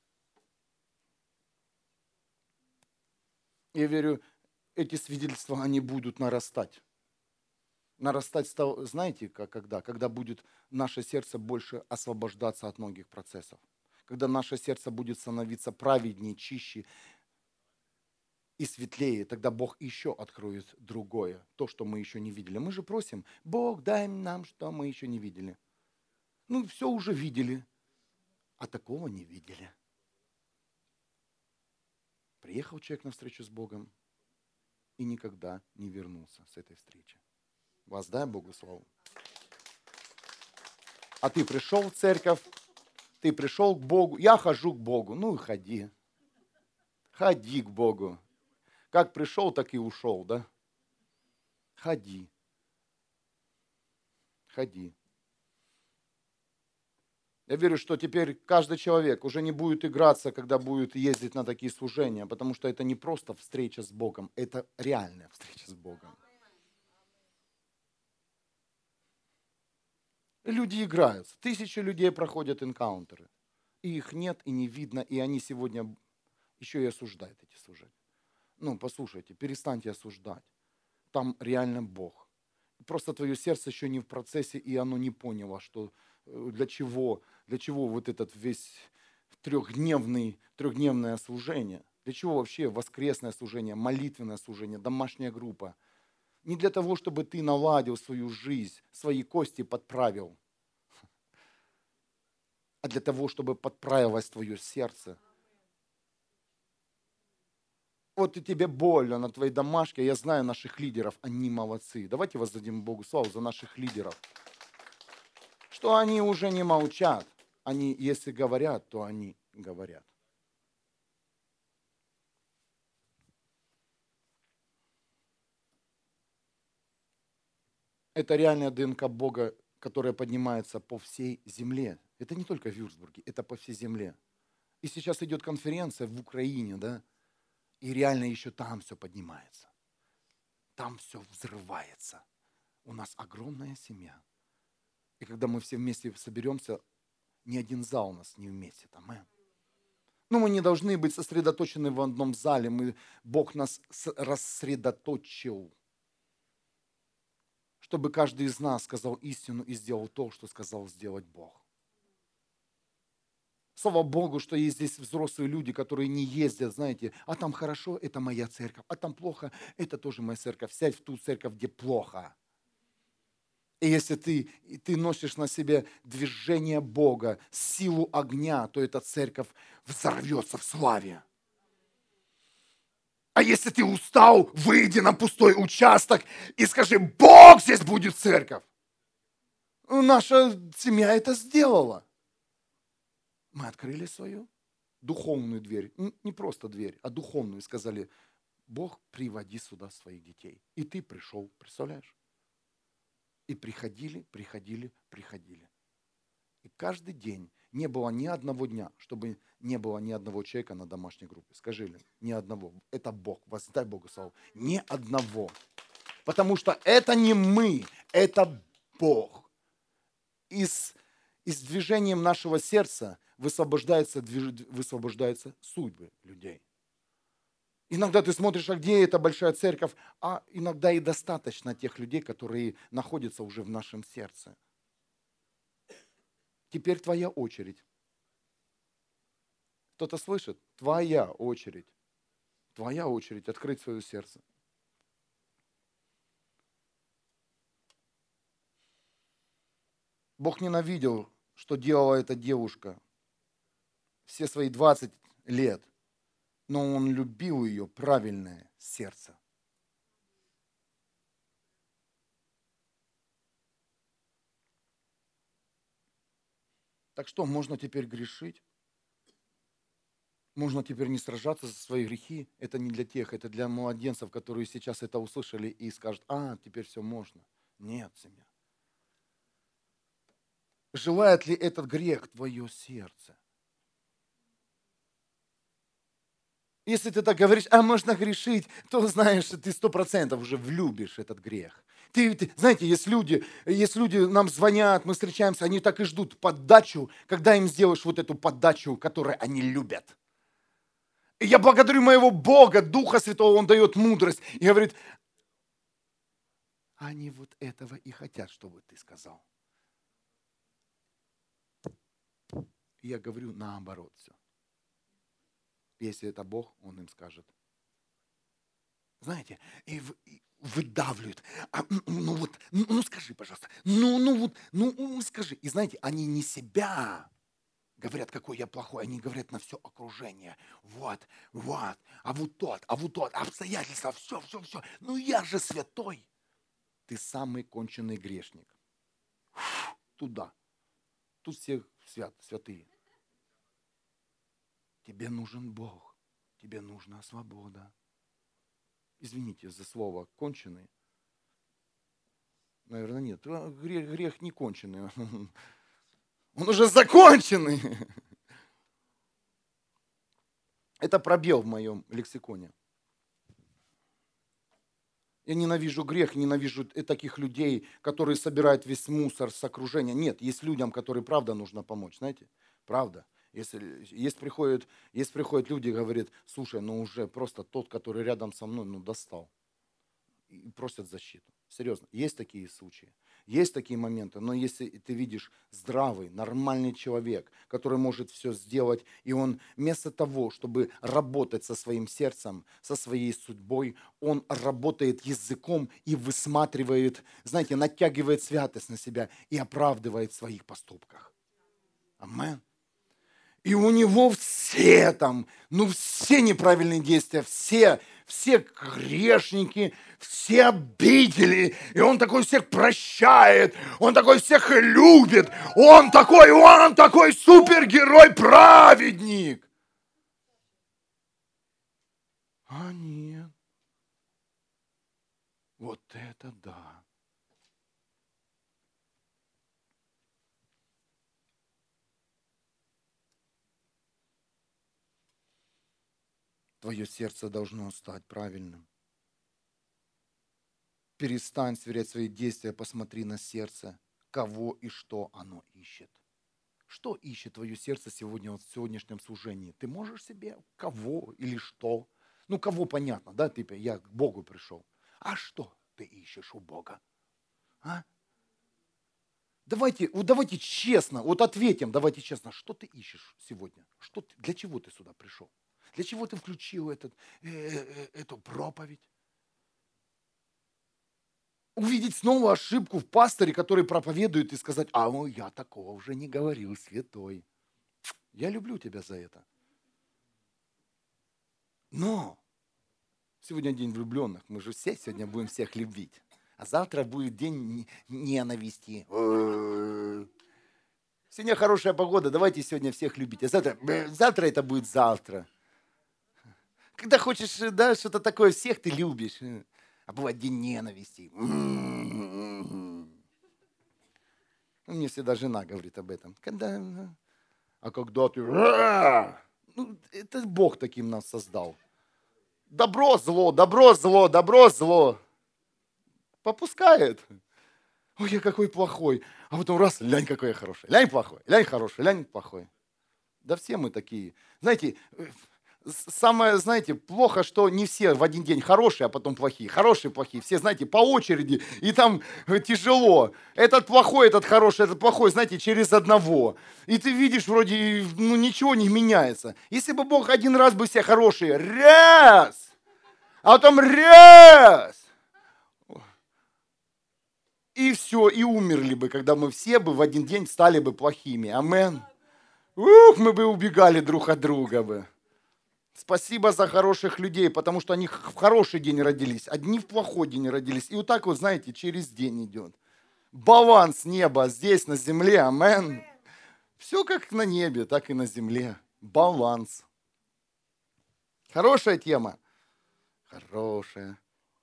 Я верю, эти свидетельства, они будут нарастать. Нарастать, знаете, как, когда? Когда будет наше сердце больше освобождаться от многих процессов. Когда наше сердце будет становиться праведнее, чище и светлее, тогда Бог еще откроет другое, то, что мы еще не видели. Мы же просим, Бог, дай нам, что мы еще не видели. Ну, все уже видели, а такого не видели. Приехал человек на встречу с Богом и никогда не вернулся с этой встречи. Воздай Богу славу. А ты пришел в церковь, ты пришел к Богу, я хожу к Богу, ну и ходи. Ходи к Богу. Как пришел, так и ушел, да? Ходи. Ходи. Я верю, что теперь каждый человек уже не будет играться, когда будет ездить на такие служения, потому что это не просто встреча с Богом, это реальная встреча с Богом. Люди играются. Тысячи людей проходят энкаунтеры. И их нет, и не видно, и они сегодня еще и осуждают эти служения. Ну, послушайте, перестаньте осуждать. Там реально Бог. Просто твое сердце еще не в процессе, и оно не поняло, что для чего, для чего вот этот весь трехдневный, трехдневное служение. Для чего вообще воскресное служение, молитвенное служение, домашняя группа. Не для того, чтобы ты наладил свою жизнь, свои кости подправил, а для того, чтобы подправилось твое сердце. Вот и тебе больно на твоей домашке. Я знаю наших лидеров, они молодцы. Давайте воздадим Богу славу за наших лидеров. Что они уже не молчат. Они, если говорят, то они говорят. Это реальная ДНК Бога, которая поднимается по всей земле. Это не только в Вюрцбурге, это по всей земле. И сейчас идет конференция в Украине, да, и реально еще там все поднимается. Там все взрывается. У нас огромная семья. И когда мы все вместе соберемся, ни один зал у нас не вместит. Амин. Но мы не должны быть сосредоточены в одном зале. Мы, Бог нас рассредоточил, чтобы каждый из нас сказал истину и сделал то, что сказал сделать Бог. Слава Богу, что есть здесь взрослые люди, которые не ездят, знаете, а там хорошо, это моя церковь, а там плохо, это тоже моя церковь. Сядь в ту церковь, где плохо. И если ты, ты носишь на себе движение Бога, силу огня, то эта церковь взорвется в славе. А если ты устал, выйди на пустой участок и скажи: Бог, здесь будет церковь. Наша семья это сделала. Мы открыли свою духовную дверь. Не просто дверь, а духовную. Сказали: Бог, приводи сюда своих детей. И ты пришел, представляешь? И приходили, приходили, приходили. И каждый день не было ни одного дня, чтобы не было ни одного человека на домашней группе. Скажи ли, ни одного. Это Бог. Воздай Богу славу. Ни одного. Потому что это не мы, это Бог. И с, и с движением нашего сердца высвобождаются, высвобождаются судьбы людей. Иногда ты смотришь, а где эта большая церковь, а иногда и достаточно тех людей, которые находятся уже в нашем сердце. Теперь твоя очередь. Кто-то слышит? Твоя очередь. Твоя очередь открыть свое сердце. Бог ненавидел, что делала эта девушка все свои двадцать лет, но Он любил ее правильное сердце. Так что, можно теперь грешить? Можно теперь не сражаться за свои грехи? Это не для тех, это для младенцев, которые сейчас это услышали и скажут: а, теперь все можно. Нет, семья. Желает ли этот грех твое сердце? Если ты так говоришь: а можно грешить, то знаешь, ты сто процентов уже влюбишь этот грех. Ты, ты, знаете, есть люди, есть люди, нам звонят, мы встречаемся, они так и ждут поддачу, когда им сделаешь вот эту поддачу, которую они любят. И я благодарю моего Бога, Духа Святого, Он дает мудрость. И говорит: они вот этого и хотят, чтобы ты сказал. И я говорю наоборот все. Если это Бог, Он им скажет. Знаете, и, и выдавливают. А, ну вот, ну, ну скажи, пожалуйста. Ну, ну вот, ну, ну скажи. И знаете, они не себя говорят, какой я плохой. Они говорят на все окружение. Вот, вот, а вот тот, а вот тот, обстоятельства, все, все, все. Ну я же святой. Ты самый конченый грешник. Фу, туда. Тут все свят, святые. Тебе нужен Бог. Тебе нужна свобода. Извините за слово «конченый». Наверное, нет. Грех, грех не конченый. Он уже законченный. Это пробел в моем лексиконе. Я ненавижу грех, ненавижу таких людей, которые собирают весь мусор с окружения. Нет, есть людям, которым правда нужно помочь, знаете? Правда. Если, если, приходят, если приходят люди и говорят: слушай, ну уже просто тот, который рядом со мной, ну достал. И просят защиту. Серьезно, есть такие случаи. Есть такие моменты, но если ты видишь здравый, нормальный человек, который может все сделать, и он вместо того, чтобы работать со своим сердцем, со своей судьбой, он работает языком и высматривает, знаете, натягивает святость на себя и оправдывает в своих поступках. Амин. И у него в все там, ну все неправильные действия, все, все грешники, все обидели, и он такой всех прощает, он такой всех любит, он такой, он такой супергерой-праведник. А нет. Вот это да. Твое сердце должно стать правильным. Перестань сверять свои действия, посмотри на сердце, кого и что оно ищет. Что ищет твое сердце сегодня вот в сегодняшнем служении? Ты можешь себе кого или что? Ну, кого понятно, да? Ты, я к Богу пришел. А что ты ищешь у Бога? А? Давайте, вот давайте честно, вот ответим, давайте честно, что ты ищешь сегодня? Что ты, для чего ты сюда пришел? Для чего ты включил этот, э, э, эту проповедь? Увидеть снова ошибку в пасторе, который проповедует, и сказать, а ну, я такого уже не говорил, святой. Я люблю тебя за это. Но сегодня день влюбленных, мы же все сегодня будем всех любить. А завтра будет день ненависти. Сегодня хорошая погода, давайте сегодня всех любить. А завтра, завтра это будет завтра. Когда хочешь, да, что-то такое, всех ты любишь. А бывает день ненависти. Мне всегда жена говорит об этом. Когда, а когда ты... Ну, это Бог таким нас создал. Добро, зло, добро, зло, добро, зло. Попускает. Ой, я какой плохой. А потом раз, лянь какой я хороший. Лянь плохой, лянь хороший, лянь плохой. Да все мы такие. Знаете, самое, знаете, плохо, что не все в один день хорошие, а потом плохие. Хорошие, плохие. Все, знаете, по очереди. И там тяжело. Этот плохой, этот хороший, этот плохой, знаете, через одного. И ты видишь, вроде, ну, ничего не меняется. Если бы Бог один раз бы все хорошие, раз, а потом раз, и все, и умерли бы, когда мы все бы в один день стали бы плохими. Амен. Ух, мы бы убегали друг от друга бы. Спасибо за хороших людей, потому что они в хороший день родились, одни в плохой день родились. И вот так вот, знаете, через день идет. Баланс неба здесь, на земле, амен. Все как на небе, так и на земле. Баланс. Хорошая тема? Хорошая.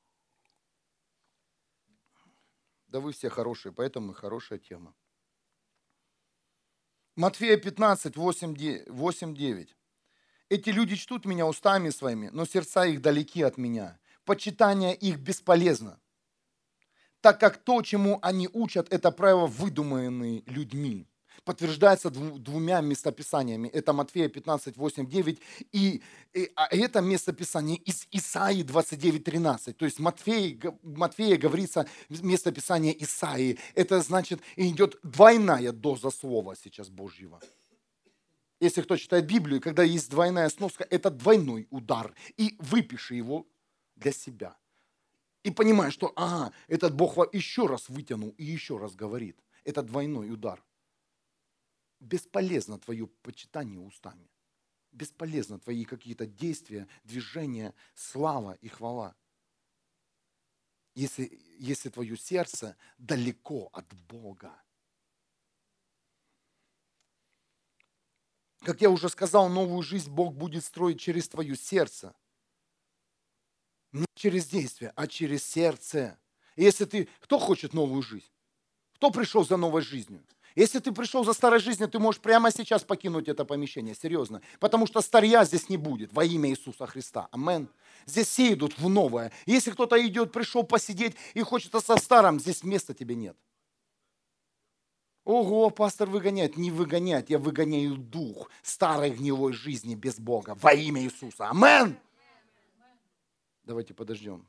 Да вы все хорошие, поэтому и хорошая тема. Матфея пятнадцать, восемь девять. Эти люди чтут меня устами своими, но сердца их далеки от меня. Почитание их бесполезно, так как то, чему они учат, это правило, выдуманные людьми. Подтверждается двумя местописаниями. Это Матфея пятнадцать, восемь, девять. И, и а это местописание из Исаии двадцать девять, тринадцать. То есть Матфей, Матфея говорится местописание Исаии. Это значит, идет двойная доза слова сейчас Божьего. Если кто читает Библию, когда есть двойная сноска, это двойной удар. И выпиши его для себя. И понимаешь, что ага, этот Бог еще раз вытянул и еще раз говорит. Это двойной удар. Бесполезно твое почитание устами. Бесполезно твои какие-то действия, движения, слава и хвала. Если, если твое сердце далеко от Бога. Как я уже сказал, новую жизнь Бог будет строить через твое сердце. Не через действие, а через сердце. И если ты... Кто хочет новую жизнь? Кто пришел за новой жизнью? Если ты пришел за старой жизнью, ты можешь прямо сейчас покинуть это помещение, серьезно. Потому что старья здесь не будет во имя Иисуса Христа. Амен. Здесь все идут в новое. Если кто-то идет, пришел посидеть и хочет со старым, здесь места тебе нет. Ого, пастор выгоняет. Не выгонять, я выгоняю дух старой гнилой жизни без Бога во имя Иисуса. Амен. Давайте подождем.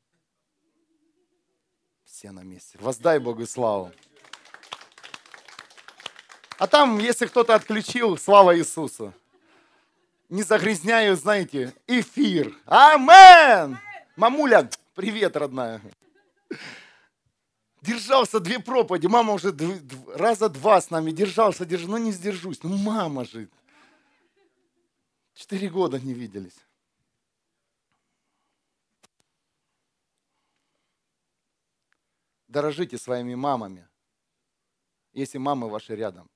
Все на месте. Воздай Богу славу. А там, если кто-то отключил, слава Иисусу. Не загрязняю, знаете, эфир. Амен! Мамуля, привет, родная. Держался две проповеди. Мама уже дв- дв- раза два с нами держался, держался. Ну не сдержусь. Ну мама же. Четыре года не виделись. Дорожите своими мамами, если мамы ваши рядом.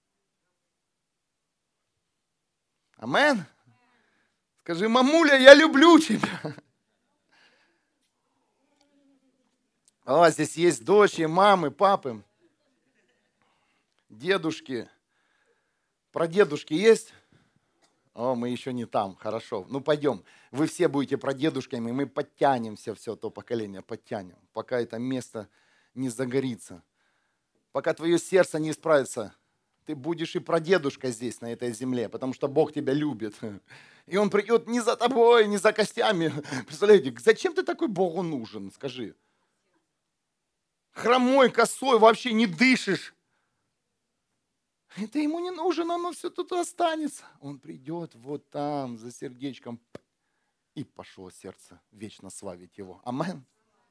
Амен. Скажи: мамуля, я люблю тебя. У вас здесь есть дочери, мамы, папы, дедушки. Прадедушки есть? О, мы еще не там, хорошо. Ну, пойдем. Вы все будете прадедушками, мы подтянемся, все то поколение подтянем, пока это место не загорится. Пока твое сердце не исправится, ты будешь и прадедушка здесь, на этой земле, потому что Бог тебя любит. И Он придет не за тобой, не за костями. Представляете, зачем ты такой Богу нужен, скажи? Хромой, косой, вообще не дышишь. Это ему не нужен, оно все тут останется. Он придет вот там, за сердечком, и пошло сердце вечно славить его. Амен.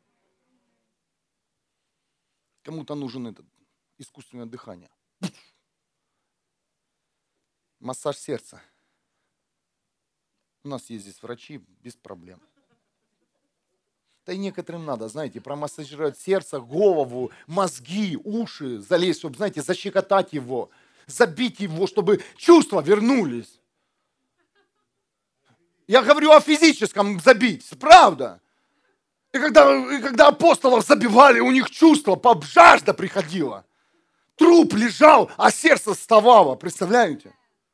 Кому-то нужен этот искусственное дыхание. Массаж сердца. У нас есть здесь врачи, без проблем. Да и некоторым надо, знаете, промассажировать сердце, голову, мозги, уши, залезть, чтобы, знаете, защекотать его, забить его, чтобы чувства вернулись. Я говорю о физическом забить, правда. И когда, и когда апостолов забивали, у них чувство, жажда приходила. Труп лежал, а сердце вставало, представляете?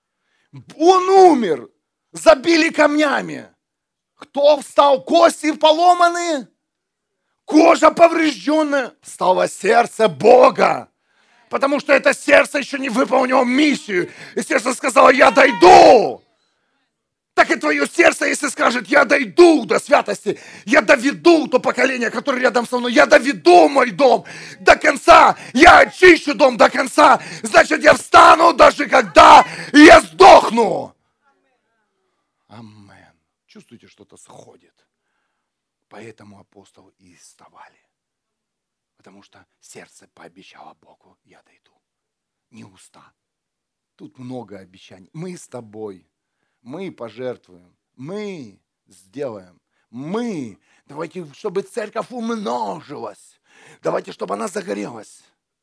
Он умер, забили камнями. Кто встал? Кости поломанные, кожа поврежденная. Встало сердце Бога. Потому что это сердце еще не выполнило миссию. И сердце сказало: я дойду. Так и твое сердце, если скажет: я дойду до святости, я доведу то поколение, которое рядом со мной, я доведу мой дом до конца, я очищу дом до конца, значит, я встану, даже когда я сдохну. Амен. Чувствуете, что-то сходит. Поэтому апостолы и вставали. Потому что сердце пообещало Богу: я дойду. Не уста. Тут много обещаний. Мы с тобой. Мы пожертвуем. Мы сделаем. Мы. Давайте, чтобы церковь умножилась. Давайте, чтобы она загорелась.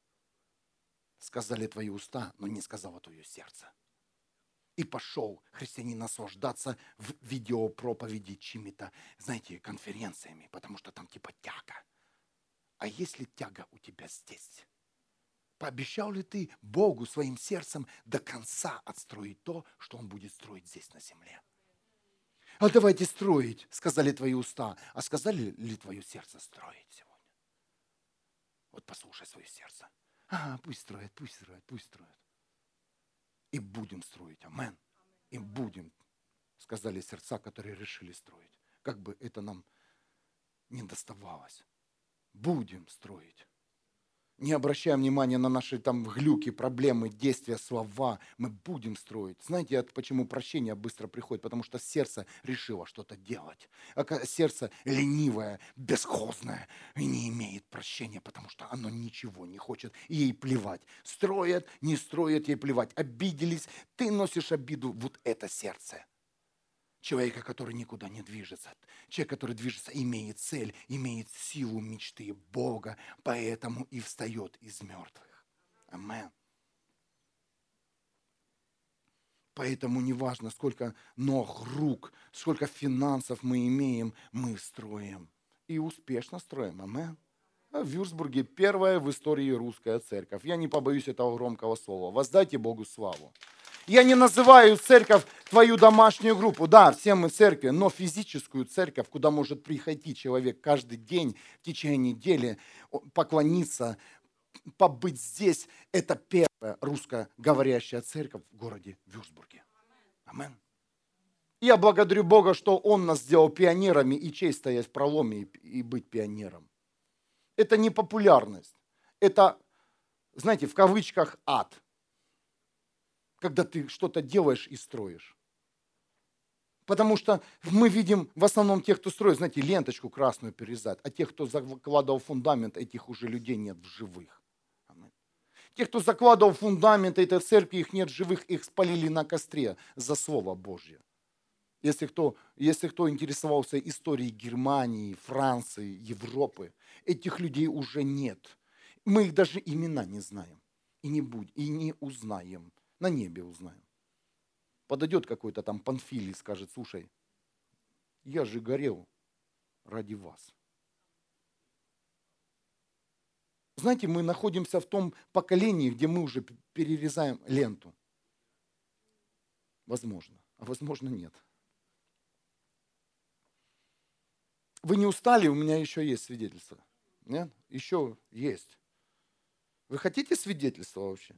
Сказали твои уста, но не сказало твое сердце. И пошел христианин наслаждаться в видеопроповеди чьими-то, знаете, конференциями, потому что там типа тяга. А если тяга у тебя здесь? Пообещал ли ты Богу своим сердцем до конца отстроить то, что Он будет строить здесь на земле? А давайте строить, сказали твои уста. А сказали ли твое сердце строить сегодня? Вот послушай свое сердце. А, пусть строят, пусть строят, пусть строят. И будем строить. Амен. И будем, сказали сердца, которые решили строить. Как бы это нам не доставалось. Будем строить. Не обращаем внимания на наши там глюки, проблемы, действия, слова. Мы будем строить. Знаете, почему прощение быстро приходит? Потому что сердце решило что-то делать. А сердце ленивое, бесхозное и не имеет прощения, потому что оно ничего не хочет. И ей плевать. Строят, не строят, ей плевать. Обиделись. Ты носишь обиду. Вот это сердце. Человека, который никуда не движется. Человек, который движется, имеет цель, имеет силу мечты Бога, поэтому и встает из мертвых. Амен. Поэтому неважно, сколько ног, рук, сколько финансов мы имеем, мы строим. И успешно строим. Амен. А в Вюрцбурге первая в истории русская церковь. Я не побоюсь этого громкого слова. Воздайте Богу славу. Я не называю церковь твою домашнюю группу. Да, все мы церкви, но физическую церковь, куда может приходить человек каждый день в течение недели, поклониться, побыть здесь. Это первая русскоговорящая церковь в городе Вюрцбурге. Амен. Я благодарю Бога, что Он нас сделал пионерами, и честь стоять в проломе и быть пионером. Это не популярность. Это, знаете, в кавычках ад. Когда ты что-то делаешь и строишь. Потому что мы видим в основном тех, кто строит, знаете, ленточку красную перерезать, а тех, кто закладывал фундамент, этих уже людей нет в живых. Амин. Тех, кто закладывал фундамент этой церкви, их нет в живых, их спалили на костре за Слово Божье. Если кто, если кто интересовался историей Германии, Франции, Европы, этих людей уже нет. Мы их даже имена не знаем. И не будем, и не узнаем. На небе узнаем. Подойдет какой-то там Панфилий и скажет: слушай, я же горел ради вас. Знаете, мы находимся в том поколении, где мы уже перерезаем ленту. Возможно, а возможно нет. Вы не устали? У меня еще есть свидетельство. Нет? Еще есть. Вы хотите свидетельство вообще?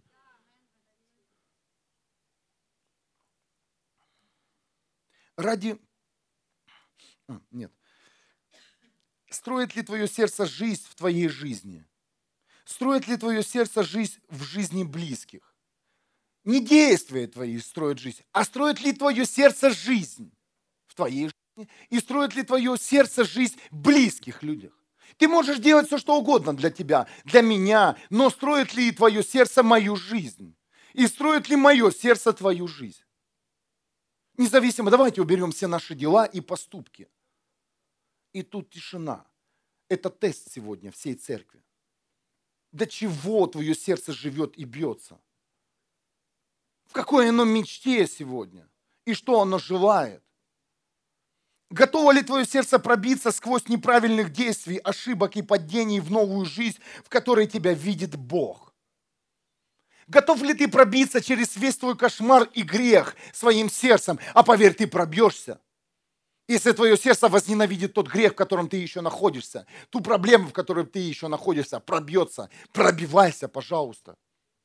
Ради... А, нет. Строит ли твое сердце жизнь в твоей жизни? Строит ли твое сердце жизнь в жизни близких? Не действия твои строят жизнь, а строит ли твое сердце жизнь в твоей жизни? И строит ли твое сердце жизнь в близких людях? Ты можешь делать все, что угодно для тебя, для меня, но строит ли твое сердце мою жизнь? И строит ли мое сердце твою жизнь? Независимо, давайте уберем все наши дела и поступки. И тут тишина. Это тест сегодня всей церкви. До чего твое сердце живет и бьется? В какой оно мечте сегодня? И что оно желает? Готово ли твое сердце пробиться сквозь неправильных действий, ошибок и падений в новую жизнь, в которой тебя видит Бог? Готов ли ты пробиться через весь твой кошмар и грех своим сердцем? А поверь, ты пробьешься. Если твое сердце возненавидит тот грех, в котором ты еще находишься, ту проблему, в которой ты еще находишься, пробьется. Пробивайся, пожалуйста.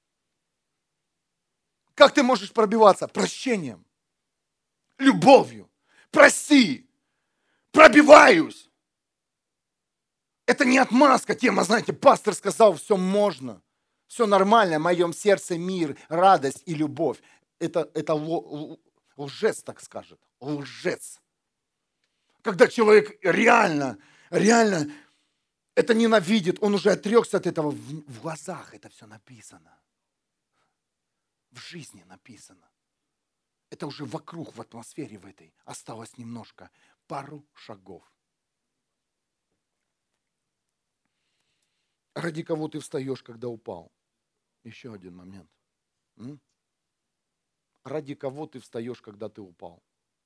Как ты можешь пробиваться? Прощением, любовью. Прости, пробиваюсь. Это не отмазка, тема, знаете, пастор сказал, все можно. Все нормально, в моем сердце мир, радость и любовь. Это, это лжец так скажет, лжец. Когда человек реально, реально это ненавидит, он уже отрекся от этого, в, в глазах это все написано. В жизни написано. Это уже вокруг, в атмосфере в этой осталось немножко, пару шагов. Ради кого ты встаешь, когда упал? Еще один момент. М? Ради кого ты встаешь, когда ты упал?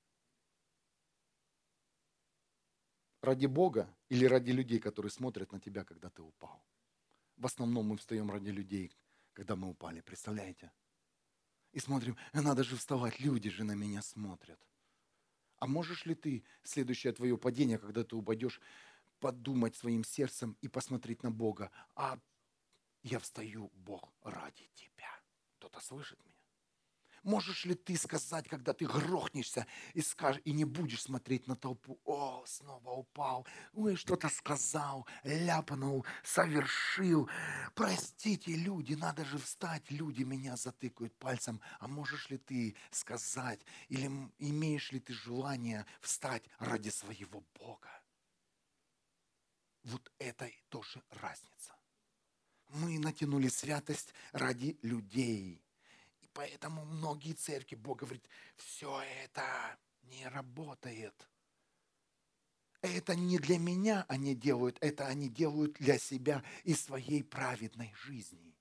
Ради Бога или ради людей, которые смотрят на тебя, когда ты упал? В основном мы встаем ради людей, когда мы упали, представляете? И смотрим, надо же вставать, люди же на меня смотрят. А можешь ли ты, следующее твое падение, когда ты упадешь, подумать своим сердцем и посмотреть на Бога? А я встаю, Бог, ради тебя. Кто-то слышит меня? Можешь ли ты сказать, когда ты грохнешься и, скажешь, и не будешь смотреть на толпу, о, снова упал, ой, что-то сказал, ляпнул, совершил. Простите, люди, надо же встать, люди меня затыкают пальцем. А можешь ли ты сказать, или имеешь ли ты желание встать ради своего Бога? Вот это тоже разница. Мы натянули святость ради людей. Поэтому многие церкви, Бог говорит, все это не работает. Это не для меня они делают, это они делают для себя и своей праведной жизни.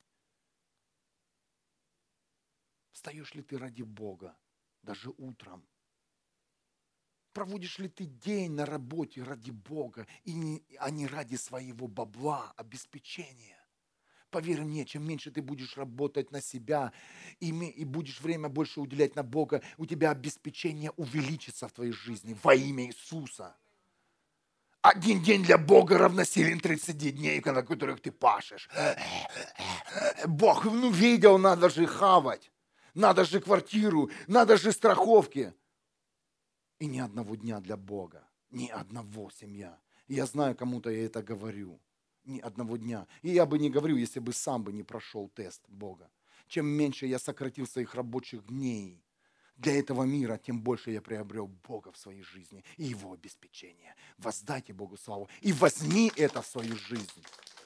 Встаешь ли ты ради Бога, даже утром? Проводишь ли ты день на работе ради Бога, и не, а не ради своего бабла, обеспечения? Поверь мне, чем меньше ты будешь работать на себя и, и будешь время больше уделять на Бога, у тебя обеспечение увеличится в твоей жизни во имя Иисуса. Один день для Бога равносилен тридцати дней, на которых ты пашешь. Бог, ну видел, надо же хавать, надо же квартиру, надо же страховки. И ни одного дня для Бога, ни одного, семья. Я знаю, кому-то я это говорю. Ни одного дня. И я бы не говорил, если бы сам бы не прошел тест Бога. Чем меньше я сократил своих рабочих дней для этого мира, тем больше я приобрел Бога в своей жизни и Его обеспечение. Воздайте Богу славу и возьми это в свою жизнь.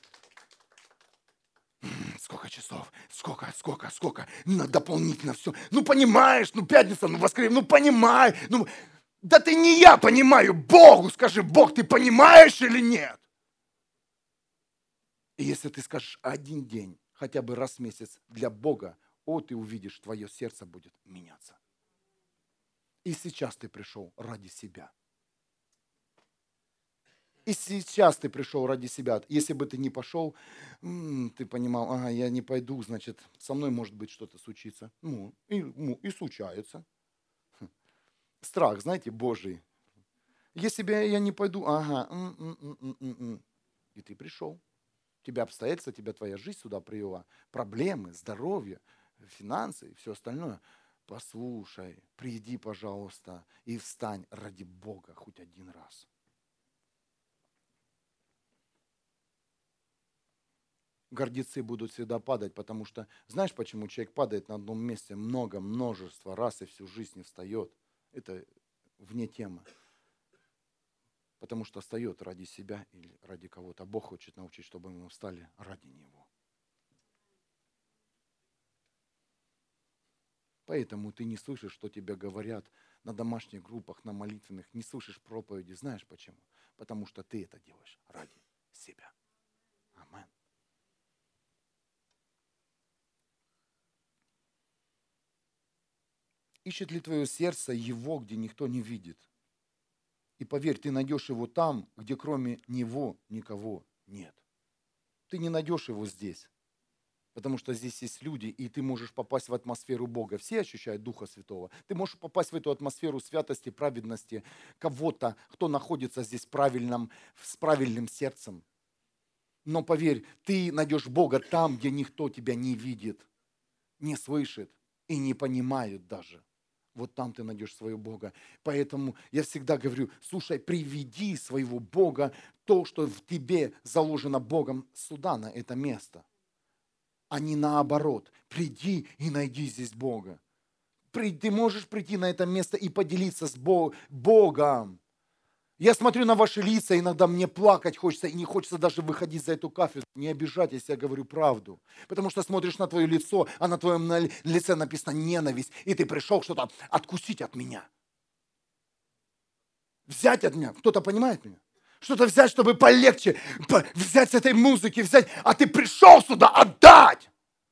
Сколько часов, сколько, сколько, сколько, на дополнительно все. Ну понимаешь, ну пятница, ну воскресенье, ну понимай, ну... Да ты не я понимаю, Богу скажи, Бог, ты понимаешь или нет? И если ты скажешь один день, хотя бы раз в месяц для Бога, о, ты увидишь, твое сердце будет меняться. И сейчас ты пришел ради себя. И сейчас ты пришел ради себя. Если бы ты не пошел, ты понимал, ага, я не пойду, значит, со мной может быть что-то случится. Ну, и, ну, и случается. Страх, знаете, Божий. Если бы я не пойду, ага, м, м, м, м, м, м. И ты пришел. Тебя обстоятельства, тебя твоя жизнь сюда привела. Проблемы, здоровье, финансы и все остальное. Послушай, приди, пожалуйста, и встань ради Бога хоть один раз. Гордецы будут всегда падать, потому что, знаешь, почему человек падает на одном месте много, множество раз и всю жизнь не встает? Это вне темы. Потому что встает ради себя или ради кого-то. А Бог хочет научить, чтобы мы встали ради Него. Поэтому ты не слышишь, что тебе говорят на домашних группах, на молитвенных, не слышишь проповеди. Знаешь почему? Потому что ты это делаешь ради себя. Аминь. Ищет ли твое сердце его, где никто не видит? И поверь, ты найдешь его там, где кроме него никого нет. Ты не найдешь его здесь, потому что здесь есть люди, и ты можешь попасть в атмосферу Бога. Все ощущают Духа Святого. Ты можешь попасть в эту атмосферу святости, праведности кого-то, кто находится здесь правильным, с правильным сердцем. Но поверь, ты найдешь Бога там, где никто тебя не видит, не слышит и не понимает даже. Вот там ты найдешь своего Бога. Поэтому я всегда говорю, слушай, приведи своего Бога, то, что в тебе заложено Богом, сюда, на это место. А не наоборот. Приди и найди здесь Бога. Ты можешь прийти на это место и поделиться с Богом. Я смотрю на ваши лица, иногда мне плакать хочется, и не хочется даже выходить за эту кафедру. Не обижайтесь, я говорю правду. Потому что смотришь на твое лицо, а на твоем лице написано ненависть, и ты пришел что-то откусить от меня. Взять от меня. Кто-то понимает меня? Что-то взять, чтобы полегче, взять с этой музыки, взять, а ты пришел сюда отдать.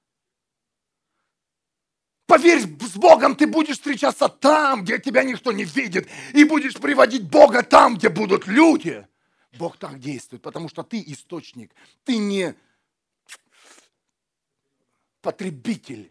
Поверь, с Богом ты будешь встречаться там, где тебя никто не видит, и будешь приводить Бога там, где будут люди. Бог так действует, потому что ты источник, ты не потребитель.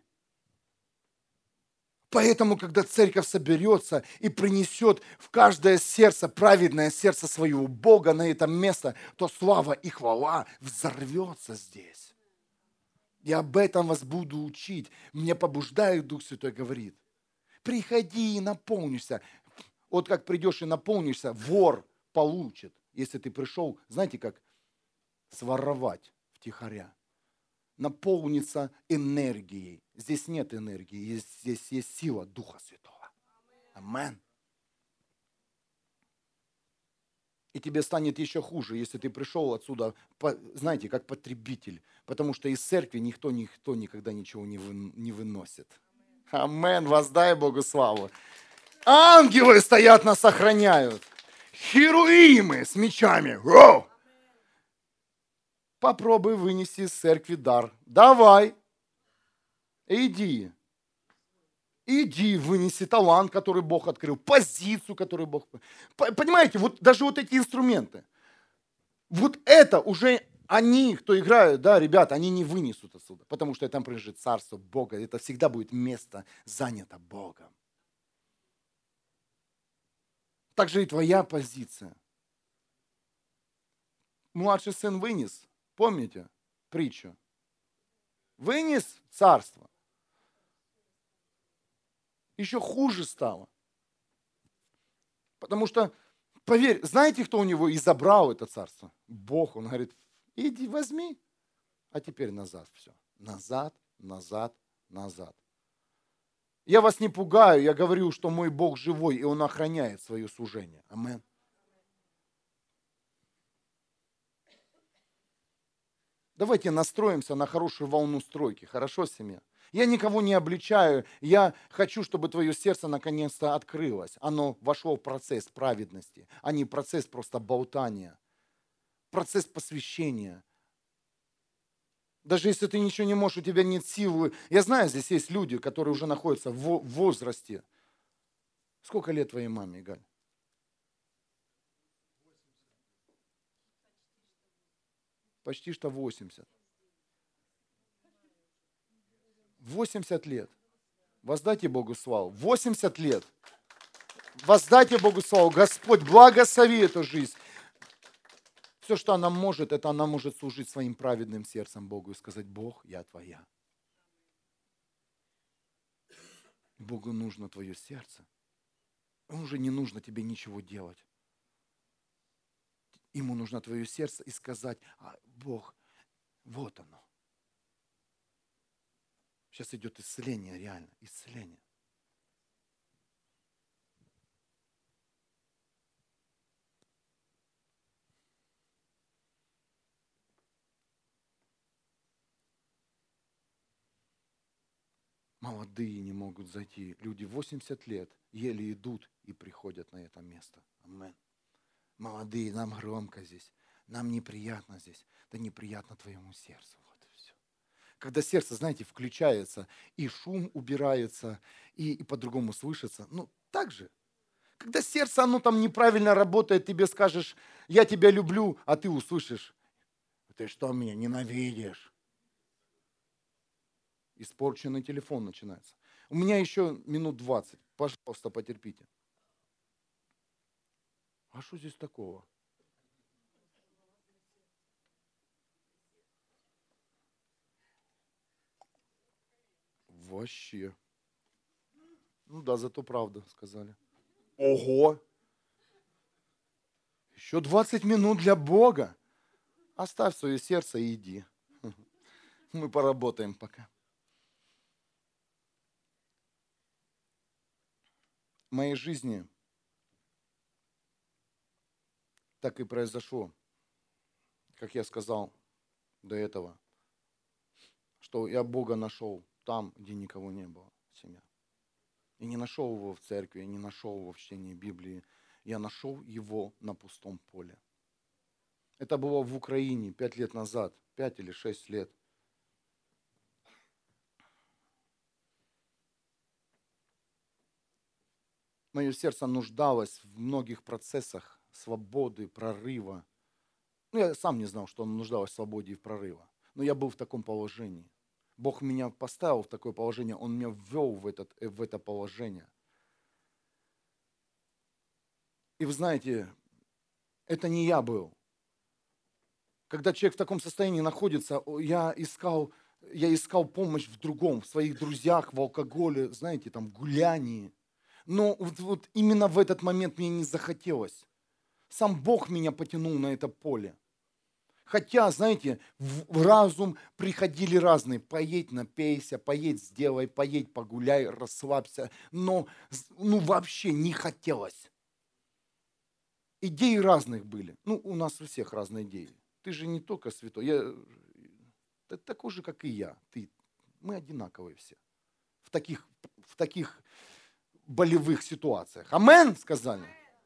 Поэтому, когда церковь соберется и принесет в каждое сердце, праведное сердце своего Бога на это место, то слава и хвала взорвется здесь. Я об этом вас буду учить. Мне побуждает Дух Святой, говорит. Приходи и наполнишься. Вот как придешь и наполнишься, вор получит. Если ты пришел, знаете, как своровать втихаря. Наполниться энергией. Здесь нет энергии, здесь есть сила Духа Святого. Аминь. И тебе станет еще хуже, если ты пришел отсюда, знаете, как потребитель. Потому что из церкви никто, никто никогда ничего не, вы, не выносит. Аминь. Воздай Богу славу. Ангелы стоят, нас охраняют. Херувимы с мечами. Воу! Попробуй вынести из церкви дар. Давай. Иди. Иди, вынеси талант, который Бог открыл, позицию, которую Бог... Понимаете, вот даже вот эти инструменты, вот это уже они, кто играют, да, ребята, они не вынесут отсюда, потому что там принадлежит царство Бога, это всегда будет место занято Богом. Так же и твоя позиция. Младший сын вынес, помните притчу? Вынес царство. Еще хуже стало. Потому что, поверь, знаете, кто у него и забрал это царство? Бог. Он говорит, иди возьми, а теперь назад все. Назад, назад, назад. Я вас не пугаю, я говорю, что мой Бог живой, и Он охраняет свое служение. Аминь. Давайте настроимся на хорошую волну стройки. Хорошо, семья? Я никого не обличаю. Я хочу, чтобы твое сердце наконец-то открылось. Оно вошло в процесс праведности, а не процесс просто болтания. Процесс посвящения. Даже если ты ничего не можешь, у тебя нет силы. Я знаю, здесь есть люди, которые уже находятся в возрасте. Сколько лет твоей маме, Галь? Почти что восемьдесят. восемьдесят лет. Воздайте Богу славу. восемьдесят лет. Воздайте Богу славу. Господь, благослови эту жизнь. Все, что она может, это она может служить своим праведным сердцем Богу и сказать: Бог, я твоя. Богу нужно твое сердце. Ему уже не нужно тебе ничего делать. Ему нужно твое сердце и сказать: а, Бог, вот оно. Сейчас идет исцеление, реально, исцеление. Молодые не могут зайти. Люди восемьдесят лет еле идут и приходят на это место. Амен. Молодые, нам громко здесь. Нам неприятно здесь. Да неприятно твоему сердцу. Вот и все. Когда сердце, знаете, включается, и шум убирается, и, и по-другому слышится. Ну, так же. Когда сердце, оно там неправильно работает, тебе скажешь: я тебя люблю, а ты услышишь: ты что, меня ненавидишь? Испорченный телефон начинается. У меня еще минут двадцать. Пожалуйста, потерпите. А что здесь такого? Вообще. Ну да, зато правда сказали. Ого! Еще двадцать минут для Бога. Оставь свое сердце и иди. Мы поработаем пока. В моей жизни так и произошло, как я сказал до этого, что я Бога нашел там, где никого не было, семья. И не нашел его в церкви, я не нашел его в чтении Библии. Я нашел его на пустом поле. Это было в Украине пять лет назад, пять или шесть лет. Мое сердце нуждалось в многих процессах свободы, прорыва. Ну, я сам не знал, что оно нуждалось в свободе и в прорыва. Но я был в таком положении. Бог меня поставил в такое положение, Он меня ввел в, этот, в это положение. И вы знаете, это не я был. Когда человек в таком состоянии находится, я искал, я искал помощь в другом, в своих друзьях, в алкоголе, знаете, там, в гулянии. Но вот, вот именно в этот момент мне не захотелось. Сам Бог меня потянул на это поле. Хотя, знаете, в разум приходили разные. Поедь, напейся, поедь, сделай, поедь, погуляй, расслабься. Но ну, вообще не хотелось. Идеи разных были. Ну, у нас у всех разные идеи. Ты же не только святой. Я ты такой же, как и я. Ты, мы одинаковые все. В таких, в таких болевых ситуациях. Амен, сказали.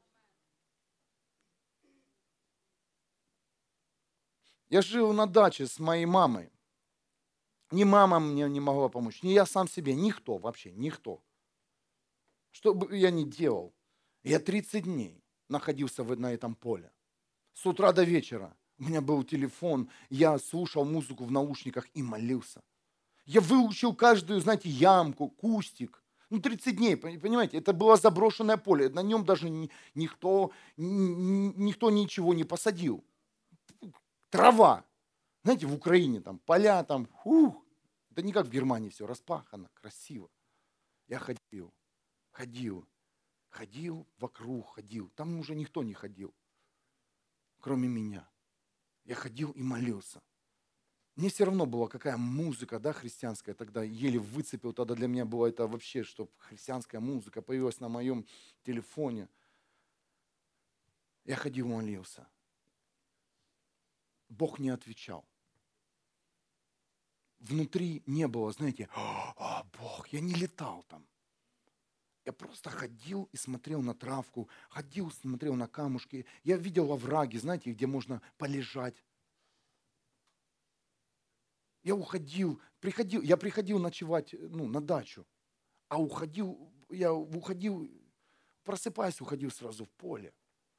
Я жил на даче с моей мамой. Ни мама мне не могла помочь, ни я сам себе, никто вообще, никто. Что бы я ни делал, я тридцать дней находился на этом поле. С утра до вечера у меня был телефон, я слушал музыку в наушниках и молился. Я выучил каждую, знаете, ямку, кустик. Ну, тридцать дней, понимаете, это было заброшенное поле, на нем даже никто, никто ничего не посадил. Трава. Знаете, в Украине там поля, там, ух, это не как в Германии все распахано, красиво. Я ходил, ходил, ходил вокруг, ходил. Там уже никто не ходил, кроме меня. Я ходил и молился. Мне все равно было, какая музыка, да, христианская тогда, еле выцепил, тогда для меня было это вообще, чтобы христианская музыка появилась на моем телефоне. Я ходил, молился. Бог не отвечал. внутри не было, знаете, о, Бог, я не летал там. Я просто ходил и смотрел на травку, ходил, смотрел на камушки. Я видел овраги, знаете, где можно полежать. Я уходил, приходил, я приходил ночевать ну, на дачу, а уходил, я уходил, просыпаясь, уходил сразу в поле.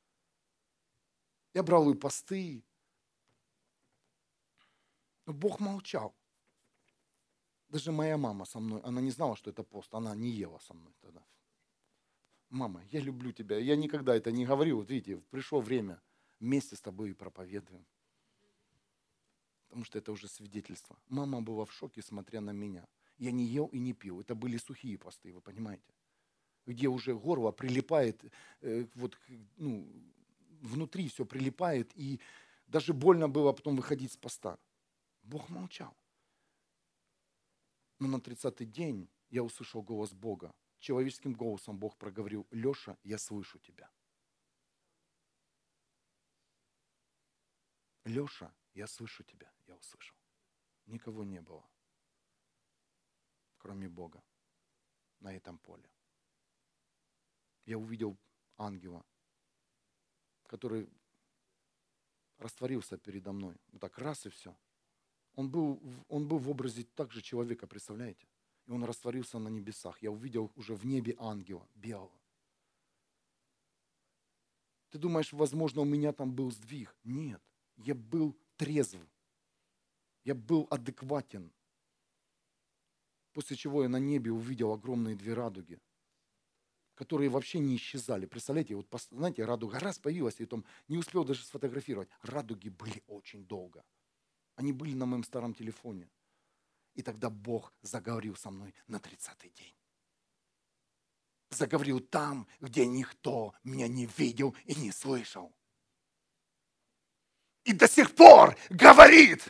Я брал и посты. Но Бог молчал. Даже моя мама со мной, она не знала, что это пост, она не ела со мной тогда. Мама, я люблю тебя. Я никогда это не говорил. Вот видите, пришло время, вместе с тобой и проповедуем. Потому что это уже свидетельство. Мама была в шоке, смотря на меня. Я не ел и не пил. Это были сухие посты, вы понимаете? Где уже горло прилипает, э, вот, ну, внутри все прилипает, и даже больно было потом выходить с поста. Бог молчал. Но на тридцатый день я услышал голос Бога. Человеческим голосом Бог проговорил: Леша, я слышу тебя. Леша, я слышу тебя, я услышал. Никого не было, кроме Бога, на этом поле. Я увидел ангела, который растворился передо мной. Вот так раз и все. Он был, он был в образе также человека, представляете? И он растворился на небесах. Я увидел уже в небе ангела белого. Ты думаешь, возможно, у меня там был сдвиг? Нет. Я был трезв. Я был адекватен. После чего я на небе увидел огромные две радуги, которые вообще не исчезали. Представляете, вот, знаете, радуга раз появилась, и потом не успел даже сфотографировать. Радуги были очень долго. Они были на моем старом телефоне. И тогда Бог заговорил со мной на тридцатый день. Заговорил там, где никто меня не видел и не слышал. И до сих пор говорит.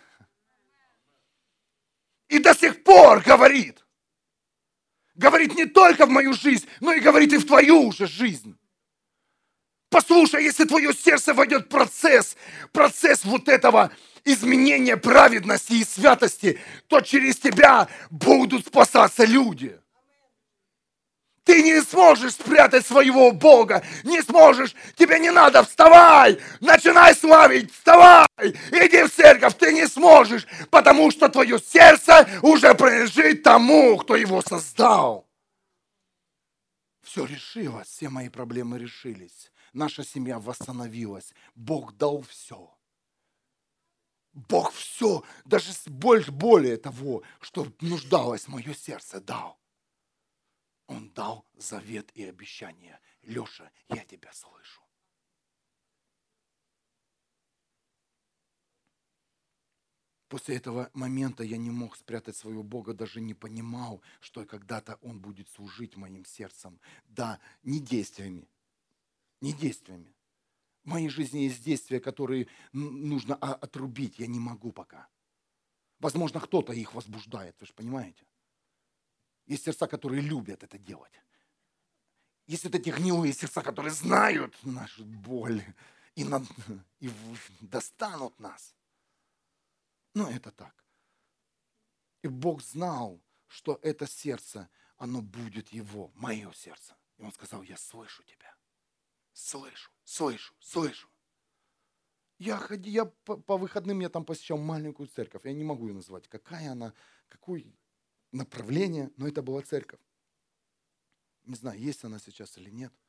И до сих пор говорит. Говорит не только в мою жизнь, но и говорит и в твою уже жизнь. Послушай, если твое сердце войдет в процесс, процесс вот этого изменения праведности и святости, то через тебя будут спасаться люди. Ты не сможешь спрятать своего Бога, не сможешь, тебе не надо, вставай, начинай славить, вставай, иди в церковь, ты не сможешь, потому что твое сердце уже принадлежит тому, кто его создал. Все решилось, все мои проблемы решились, наша семья восстановилась, Бог дал все. Бог все, даже больше, более того, что нуждалось мое сердце, дал. Он дал завет и обещание. Леша, я тебя слышу. После этого момента я не мог спрятать своего Бога, даже не понимал, что когда-то Он будет служить моим сердцем. Да, не действиями, не действиями. В моей жизни есть действия, которые нужно отрубить, я не могу пока. Возможно, кто-то их возбуждает, вы же понимаете? Есть сердца, которые любят это делать. Есть вот эти гнилые сердца, которые знают нашу боль и, над, и достанут нас. Но это так. И Бог знал, что это сердце, оно будет его, мое сердце. И Он сказал: я слышу тебя. Слышу, слышу, слышу. Я, ходи, я по, по выходным я там посещал маленькую церковь. Я не могу ее назвать. Какая она, какое направление, но это была церковь. Не знаю, есть она сейчас или нет.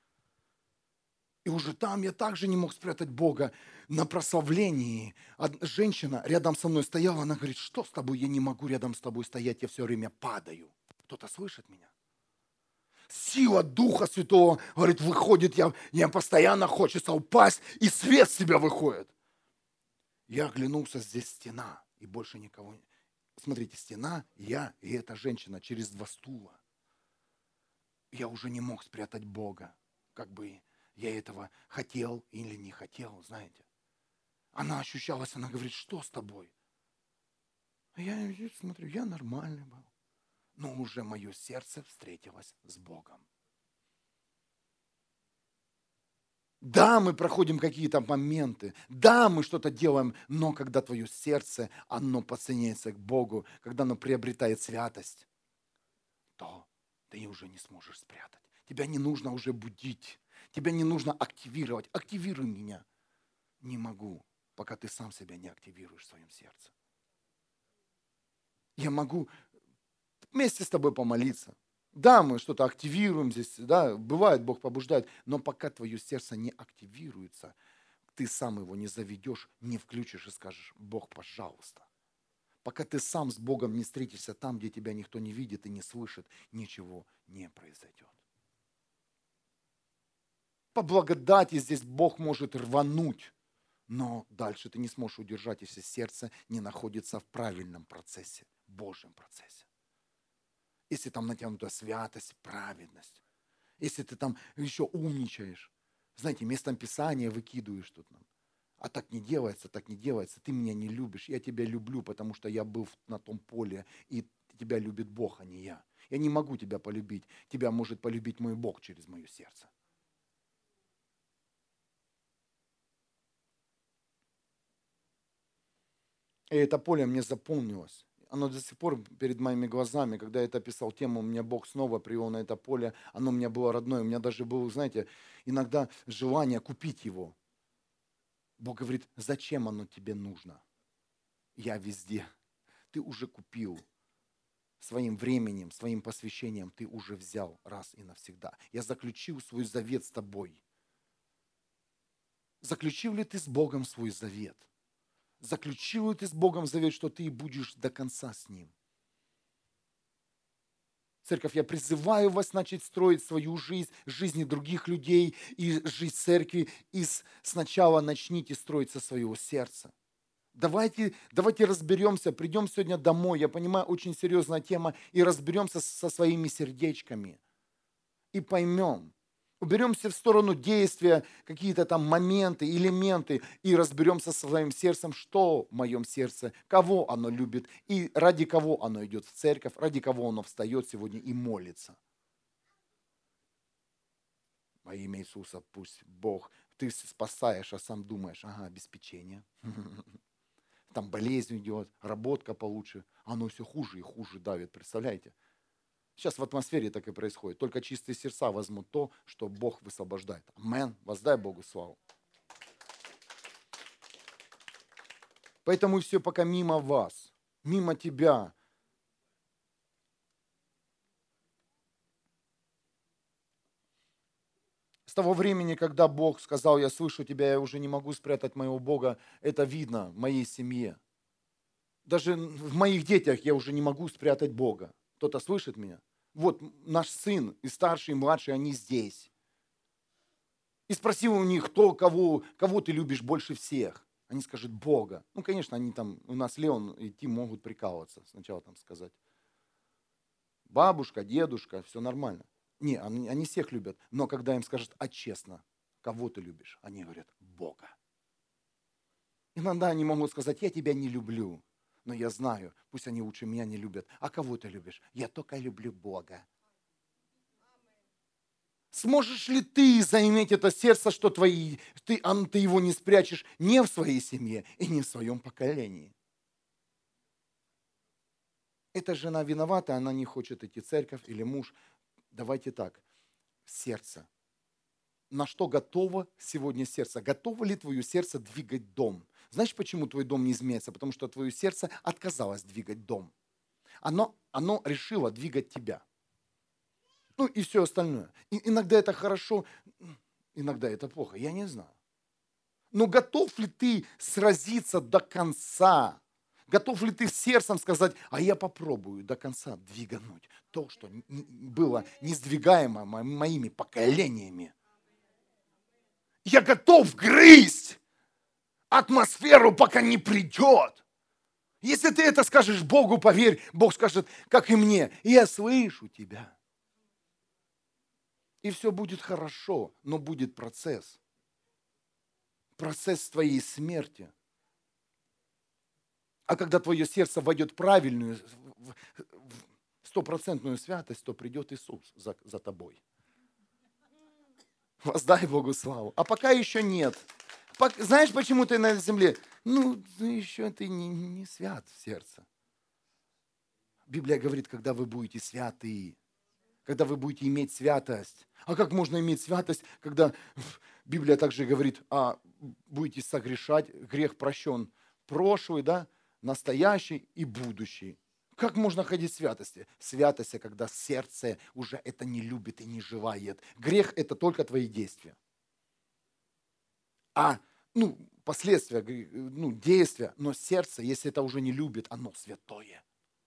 И уже там я также не мог спрятать Бога. На прославлении женщина рядом со мной стояла, она говорит: что с тобой? Я не могу рядом с тобой стоять, я все время падаю. Кто-то слышит меня? Сила Духа Святого, говорит, выходит, я, я постоянно хочется упасть, и свет с себя выходит. Я оглянулся, здесь стена, и больше никого нет. Смотрите, стена, я и эта женщина через два стула. Я уже не мог спрятать Бога, как бы я этого хотел или не хотел, знаете. Она ощущалась, она говорит: что с тобой? А я смотрю, я нормальный был. Но уже мое сердце встретилось с Богом. Да, мы проходим какие-то моменты, да, мы что-то делаем, но когда твое сердце, оно подсоединяется к Богу, когда оно приобретает святость, то ты уже не сможешь спрятать. Тебя не нужно уже будить, тебя не нужно активировать. Активируй меня. Не могу, пока ты сам себя не активируешь в своем сердце. Я могу вместе с тобой помолиться. Да, мы что-то активируем здесь, да, бывает, Бог побуждает, но пока твое сердце не активируется, ты сам его не заведешь, не включишь и скажешь: Бог, пожалуйста. Пока ты сам с Богом не встретишься там, где тебя никто не видит и не слышит, ничего не произойдет. По благодати здесь Бог может рвануть, но дальше ты не сможешь удержать, если сердце не находится в правильном процессе, Божьем процессе. Если там натянута святость, праведность, если ты там еще умничаешь, знаете, местом Писания выкидываешь тут нам. А так не делается, так не делается. Ты меня не любишь, я тебя люблю, потому что я был на том поле, и тебя любит Бог, а не я. Я не могу тебя полюбить. Тебя может полюбить мой Бог через мое сердце. И это поле мне запомнилось. Оно до сих пор перед моими глазами. Когда я это писал тему, меня Бог снова привел на это поле. Оно у меня было родное. У меня даже было, знаете, иногда желание купить его. Бог говорит: зачем оно тебе нужно? Я везде. Ты уже купил. Своим временем, своим посвящением ты уже взял раз и навсегда. Я заключил свой завет с тобой. Заключил ли ты с Богом свой завет? Заключил ли ты с Богом завет, что ты будешь до конца с Ним? Церковь, я призываю вас начать строить свою жизнь, жизни других людей и жизнь церкви. И сначала начните строить со своего сердца. Давайте, давайте разберемся, придем сегодня домой, я понимаю, очень серьезная тема, и разберемся со своими сердечками. И поймем. Уберемся в сторону действия, какие-то там моменты, элементы, и разберемся со своим сердцем, что в моем сердце, кого оно любит, и ради кого оно идет в церковь, ради кого оно встает сегодня и молится. Во имя Иисуса пусть Бог, ты спасаешь, а сам думаешь: ага, обеспечение. Там болезнь идет, работка получше, оно все хуже и хуже давит, представляете? Сейчас в атмосфере так и происходит. Только чистые сердца возьмут то, что Бог высвобождает. Амен. Воздай Богу славу. Поэтому все пока мимо вас, мимо тебя. С того времени, когда Бог сказал: я слышу тебя, я уже не могу спрятать моего Бога, это видно в моей семье. Даже в моих детях я уже не могу спрятать Бога. Кто-то слышит меня? Вот наш сын, и старший, и младший, они здесь. И спросил у них, кто, кого, кого ты любишь больше всех. Они скажут: Бога. Ну, конечно, они там, у нас Леон и Тим могут прикалываться, сначала там сказать. Бабушка, дедушка, все нормально. Не, они, они всех любят. Но когда им скажут: а честно, кого ты любишь? Они говорят: Бога. Иногда они могут сказать: я тебя не люблю. Но я знаю, пусть они лучше меня не любят. А кого ты любишь? Я только люблю Бога. Сможешь ли ты заиметь это сердце, что твои, ты, ты его не спрячешь не в своей семье и не в своем поколении? Эта жена виновата, она не хочет идти в церковь, или муж. Давайте так, сердце. На что готово сегодня сердце? Готово ли твое сердце двигать дом? Знаешь, почему твой дом не изменяется? Потому что твое сердце отказалось двигать дом. Оно, оно решило двигать тебя. Ну и все остальное. И иногда это хорошо, иногда это плохо, я не знаю. Но готов ли ты сразиться до конца? Готов ли ты сердцем сказать: а я попробую до конца двигануть то, что было не сдвигаемо моими поколениями? Я готов грызть атмосферу, пока не придет. Если ты это скажешь Богу, поверь, Бог скажет, как и мне: я слышу тебя. И все будет хорошо, но будет процесс. Процесс твоей смерти. А когда твое сердце войдет в правильную, в стопроцентную святость, то придет Иисус за, за тобой. Воздай Богу славу. А пока еще нет. Пок- Знаешь, почему ты на земле? Ну, ну, еще ты не, не свят в сердце. Библия говорит, когда вы будете святы, когда вы будете иметь святость. А как можно иметь святость, когда Библия также говорит, а будете согрешать, грех прощен прошлый, да, настоящий и будущий. Как можно ходить в святости? Святость, когда сердце уже это не любит и не желает. Грех – это только твои действия. А, ну, последствия, ну, действия, но сердце, если это уже не любит, оно святое.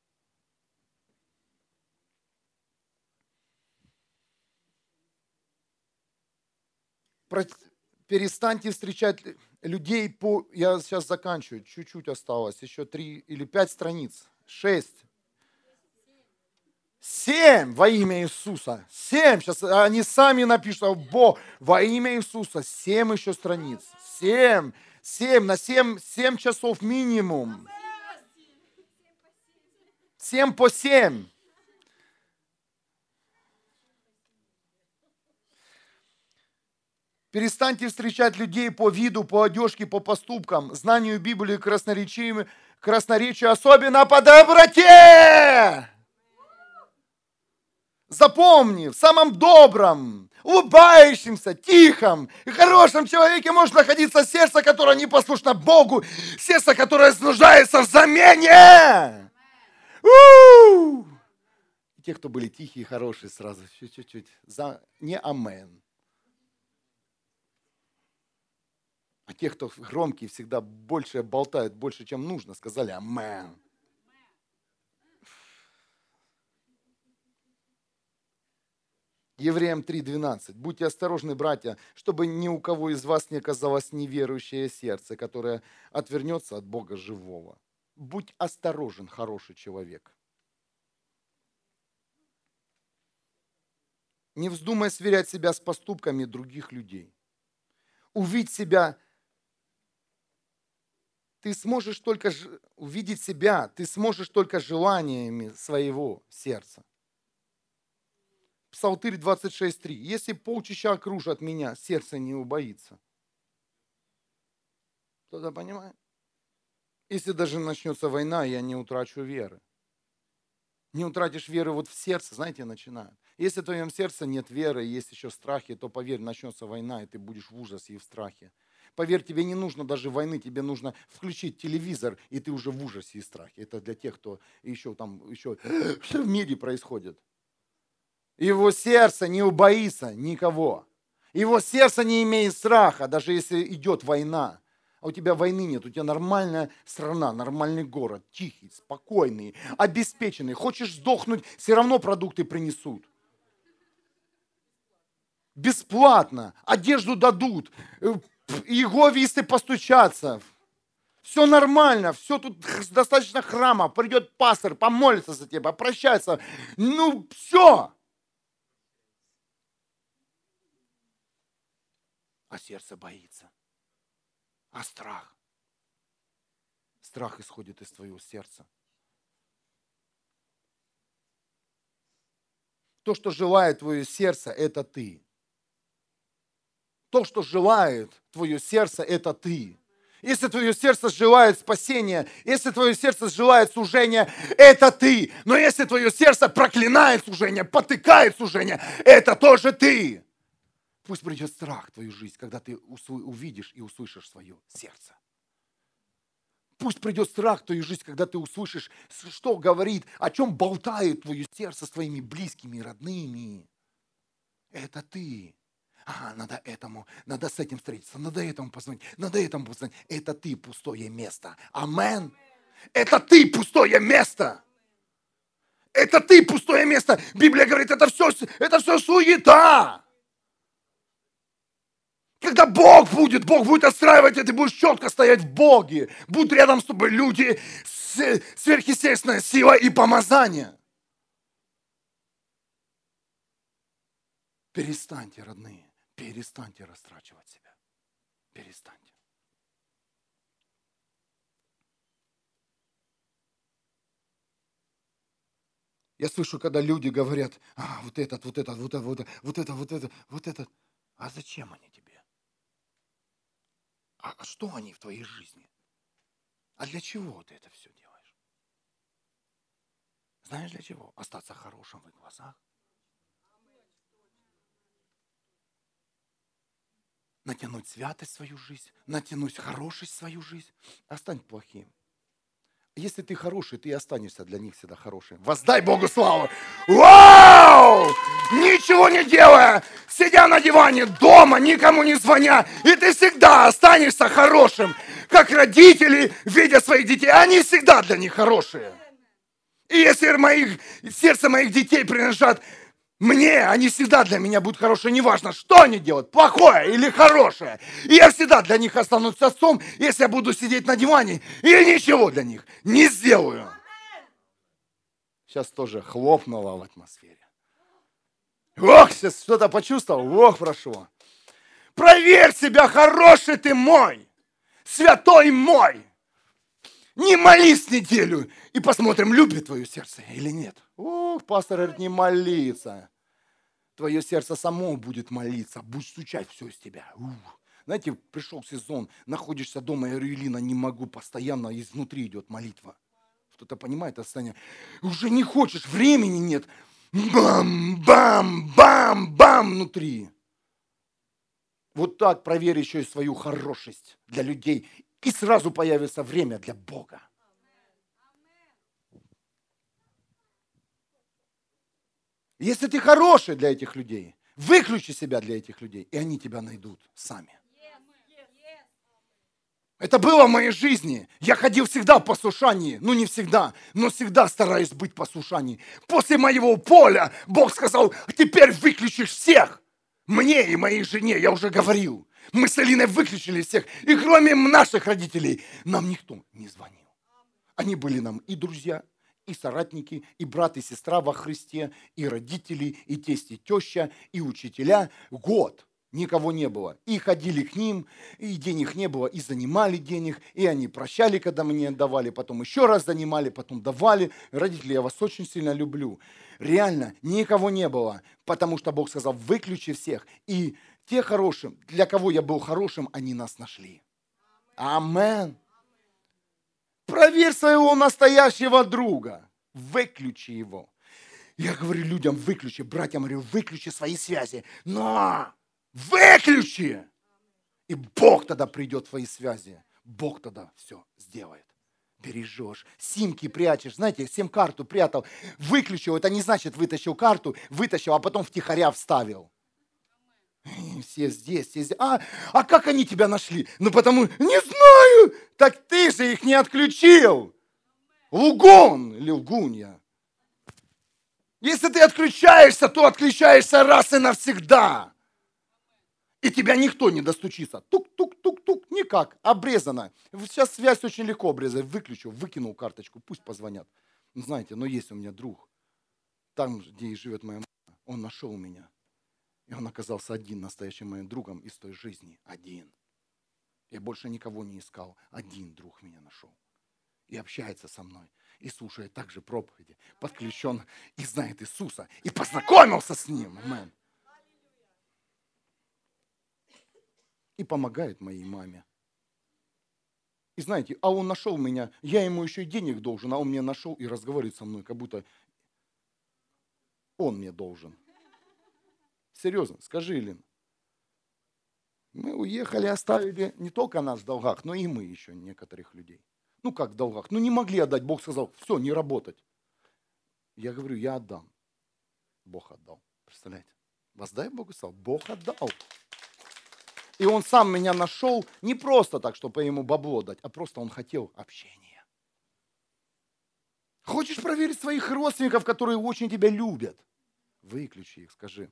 Перестаньте встречать людей по... Я сейчас заканчиваю, чуть-чуть осталось, еще три или пять страниц. Шесть. Семь во имя Иисуса. Семь. Сейчас они сами напишут, Бог, во имя Иисуса. Семь еще страниц. Семь. Семь. На семь, семь часов минимум. Семь по семь. Перестаньте встречать людей по виду, по одежке, по поступкам, знанию Библии, красноречию, красноречию, особенно по доброте. Запомни, в самом добром, улыбающемся, тихом и хорошем человеке может находиться сердце, которое не послушно Богу, сердце, которое нуждается в замене. У-у-у! Те, кто были тихие и хорошие, сразу чуть-чуть, за... не амен. А те, кто громкие, всегда больше болтают, больше, чем нужно, сказали амен. Евреям три двенадцать. Будьте осторожны, братья, чтобы ни у кого из вас не оказалось неверующее сердце, которое отвернется от Бога живого. Будь осторожен, хороший человек. Не вздумай сверять себя с поступками других людей. Увидь себя, ты сможешь только увидеть себя, ты сможешь только желаниями своего сердца. Псалтырь двадцать шесть три. Если полчища окружат меня, сердце не убоится. Кто-то понимает? Если даже начнется война, я не утрачу веры. Не утратишь веры вот в сердце, знаете, начинают. Если в твоем сердце нет веры, есть еще страхи, то поверь, начнется война, и ты будешь в ужасе и в страхе. Поверь, тебе не нужно даже войны, тебе нужно включить телевизор, и ты уже в ужасе и страхе. Это для тех, кто еще там, еще, что в мире происходит. Его сердце не убоится никого. Его сердце не имеет страха, даже если идет война. А у тебя войны нет, у тебя нормальная страна, нормальный город, тихий, спокойный, обеспеченный. Хочешь сдохнуть, все равно продукты принесут. Бесплатно, одежду дадут, иеговисты постучатся. Все нормально, все тут достаточно храма, придет пастор, помолится за тебя, прощается. Ну, все. А сердце боится. А страх? Страх исходит из твоего сердца. То, что желает твое сердце, это ты. То, что желает твое сердце, это ты. Если твое сердце желает спасения, если твое сердце желает служения, это ты. Но если твое сердце проклинает служение, потыкает служение, это тоже ты. Пусть придет страх в твою жизнь, когда ты увидишь и услышишь свое сердце. Пусть придет страх в твою жизнь, когда ты услышишь, что говорит, о чем болтает твое сердце с твоими близкими и родными. Это ты. А, надо этому, надо с этим встретиться, надо этому позвонить, надо этому позвонить. Это ты пустое место. Амен. Это ты пустое место. Это ты пустое место. Библия говорит, это все, это все суета. Когда Бог будет, Бог будет отстраивать, и ты будешь четко стоять в Боге. Будут рядом с тобой люди с сверхъестественной силой и помазанием. Перестаньте, родные, перестаньте растрачивать себя. Перестаньте. Я слышу, когда люди говорят, а, вот этот, вот этот, вот этот, вот это, вот это, вот это, вот этот. А зачем они тебе? А что они в твоей жизни? А для чего ты это все делаешь? Знаешь для чего? Остаться хорошим в их глазах. Натянуть святость в свою жизнь, натянуть хорошесть в свою жизнь, а стань плохим. Если ты хороший, ты и останешься для них всегда хорошим. Воздай Богу славу! Вау! Ничего не делая, сидя на диване, дома, никому не звоня, и ты всегда останешься хорошим. Как родители, видя своих детей, они всегда для них хорошие. И если моих, сердце моих детей принадлежат мне, они всегда для меня будут хорошие, неважно, что они делают, плохое или хорошее. И я всегда для них останусь отцом, если я буду сидеть на диване и ничего для них не сделаю. Сейчас тоже хлопнуло в атмосфере. Ох, сейчас что-то почувствовал, ох, прошу. Проверь себя, хороший ты мой, святой мой. Не молись неделю и посмотрим, любит твое сердце или нет. Ох, пастор говорит, не молиться. Твое сердце само будет молиться, будет стучать все из тебя. Ух. Знаете, пришел сезон, находишься дома, я говорю, Элина, не могу, постоянно изнутри идет молитва. Кто-то понимает это состояние? Уже не хочешь, времени нет. Бам, бам, бам, бам внутри. Вот так проверь еще и свою хорошесть для людей. И сразу появится время для Бога. Если ты хороший для этих людей, выключи себя для этих людей, и они тебя найдут сами. Это было в моей жизни. Я ходил всегда в послушании. Ну, не всегда, но всегда стараюсь быть в послушании. После моего поля Бог сказал, теперь выключишь всех. Мне и моей жене, я уже говорил. Мы с Элиной выключили всех. И кроме наших родителей, нам никто не звонил. Они были нам и друзья, и соратники, и брат, и сестра во Христе, и родители, и тесть, и теща, и учителя. Год никого не было. И ходили к ним, и денег не было, и занимали денег, и они прощали, когда мне давали, потом еще раз занимали, потом давали. Родители, я вас очень сильно люблю. Реально, никого не было, потому что Бог сказал, выключи всех. И те хорошим, для кого я был хорошим, они нас нашли. Амен. Проверь своего настоящего друга. Выключи его. Я говорю людям, выключи, братьям говорю, выключи свои связи. Но выключи! И Бог тогда придет в твои связи. Бог тогда все сделает. Бережешь, симки прячешь. Знаете, сим-карту прятал, выключил. Это не значит вытащил карту, вытащил, а потом втихаря вставил. Все здесь, все здесь. А, а как они тебя нашли? Ну потому, не знаю. Так ты же их не отключил. Лгун или лгунья. Если ты отключаешься, то отключаешься раз и навсегда. И тебя никто не достучится. Тук-тук-тук-тук, никак, обрезано. Сейчас связь очень легко обрезать. Выключил, выкинул карточку, пусть позвонят. Знаете, но есть у меня друг. Там, где и живет моя мама, он нашел меня. И он оказался один настоящим моим другом из той жизни. Один. Я больше никого не искал. Один друг меня нашел. И общается со мной. И слушает также проповеди. Подключен и знает Иисуса. И познакомился с Ним. Амен. И помогает моей маме. И знаете, а он нашел меня. Я ему еще и денег должен. А он меня нашел и разговаривает со мной. Как будто он мне должен. Серьезно, скажи, Элин. Мы уехали, оставили не только нас в долгах, но и мы еще некоторых людей. Ну как в долгах? Ну не могли отдать. Бог сказал, все, не работать. Я говорю, я отдам. Бог отдал. Представляете? Воздай Богу славу. Бог отдал. И он сам меня нашел не просто так, чтобы ему бабло дать, а просто он хотел общения. Хочешь проверить своих родственников, которые очень тебя любят? Выключи их, скажи.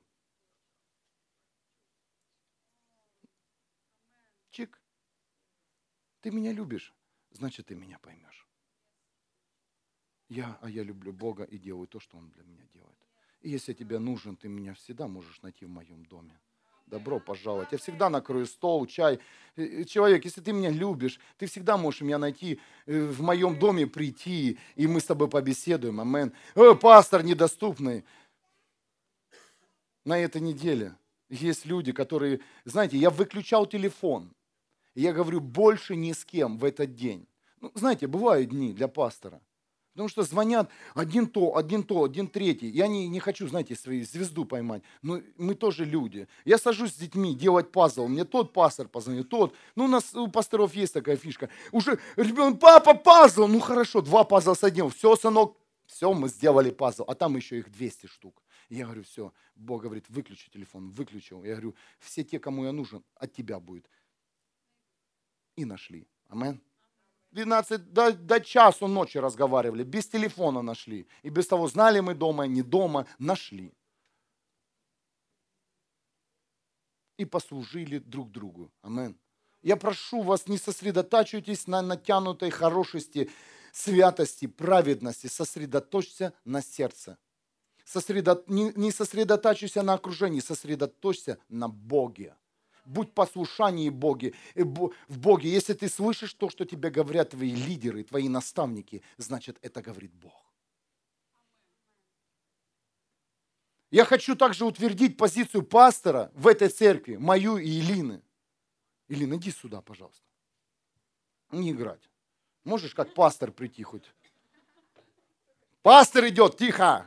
Чик. Ты меня любишь, значит, ты меня поймешь. Я, а я люблю Бога и делаю то, что Он для меня делает. И если тебе нужен, ты меня всегда можешь найти в моем доме. Добро пожаловать. Я всегда накрою стол, чай. Человек, если ты меня любишь, ты всегда можешь меня найти в моем доме, прийти, и мы с тобой побеседуем. Амен. О, пастор недоступный. На этой неделе Есть люди, которые, знаете, я выключал телефон. И я говорю, больше ни с кем в этот день. Ну, знаете, бывают дни для пастора. Потому что звонят один то, один то, один третий. Я не, не хочу, знаете, свою звезду поймать. Но мы тоже люди. Я сажусь с детьми делать пазл. Мне тот пастор позвонит, тот. Ну, у нас у пасторов есть такая фишка. Уже ребенок, папа, пазл. Ну, хорошо, два пазла соединил. Все, сынок, все, мы сделали пазл. А там еще их двести штук. И я говорю, все. Бог говорит, выключи телефон. Выключил. Я говорю, все те, кому я нужен, от тебя будет. И нашли. Амен. двенадцать, до, до часу ночи разговаривали, без телефона нашли. И без того, знали мы дома, не дома, нашли. И послужили друг другу. Амен. Я прошу вас, не сосредотачивайтесь на натянутой хорошести, святости, праведности. Сосредоточься на сердце. Сосредо... Не, не сосредотачивайся на окружении, сосредоточься на Боге. Будь послушании Боге, в Боге. Если ты слышишь то, что тебе говорят твои лидеры, твои наставники, значит, это говорит Бог. Я хочу также утвердить позицию пастора в этой церкви, мою и Илины. Илина, иди сюда, пожалуйста. Не играть. Можешь как пастор прийти хоть? Пастор идет, тихо.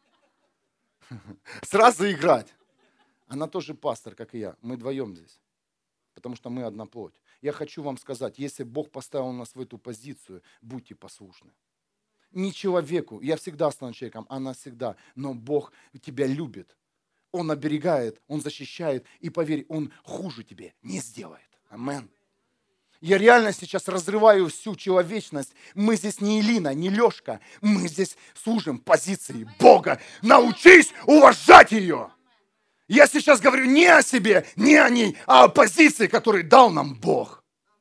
Сразу играть. Она тоже пастор, как и я. Мы вдвоем здесь. Потому что мы одна плоть. Я хочу вам сказать, если Бог поставил нас в эту позицию, будьте послушны. Не человеку, я всегда стану человеком, она всегда. Но Бог тебя любит. Он оберегает, Он защищает. И поверь, Он хуже тебе не сделает. Амен. Я реально сейчас разрываю всю человечность. Мы здесь не Илина, не Лешка. Мы здесь служим позиции Бога. Научись уважать ее. Я сейчас говорю не о себе, не о ней, а о позиции, которую дал нам Бог.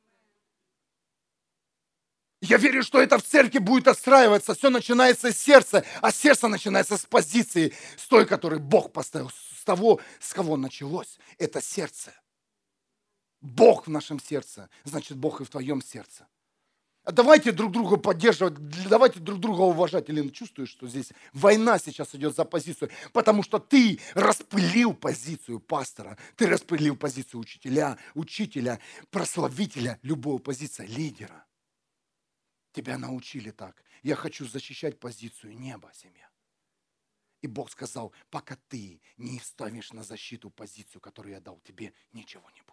Я верю, что это в церкви будет отстраиваться. Все начинается с сердца, а сердце начинается с позиции, с той, которую Бог поставил, с того, с кого началось. Это сердце. Бог в нашем сердце, значит, Бог и в твоем сердце. Давайте друг друга поддерживать, давайте друг друга уважать. Елена, чувствуешь, что здесь война сейчас идет за позицию? Потому что ты распылил позицию пастора, ты распылил позицию учителя, учителя, прославителя, любую позицию лидера. Тебя научили так. Я хочу защищать позицию неба, семья. И Бог сказал, пока ты не вставишь на защиту позицию, которую я дал тебе, ничего не будет.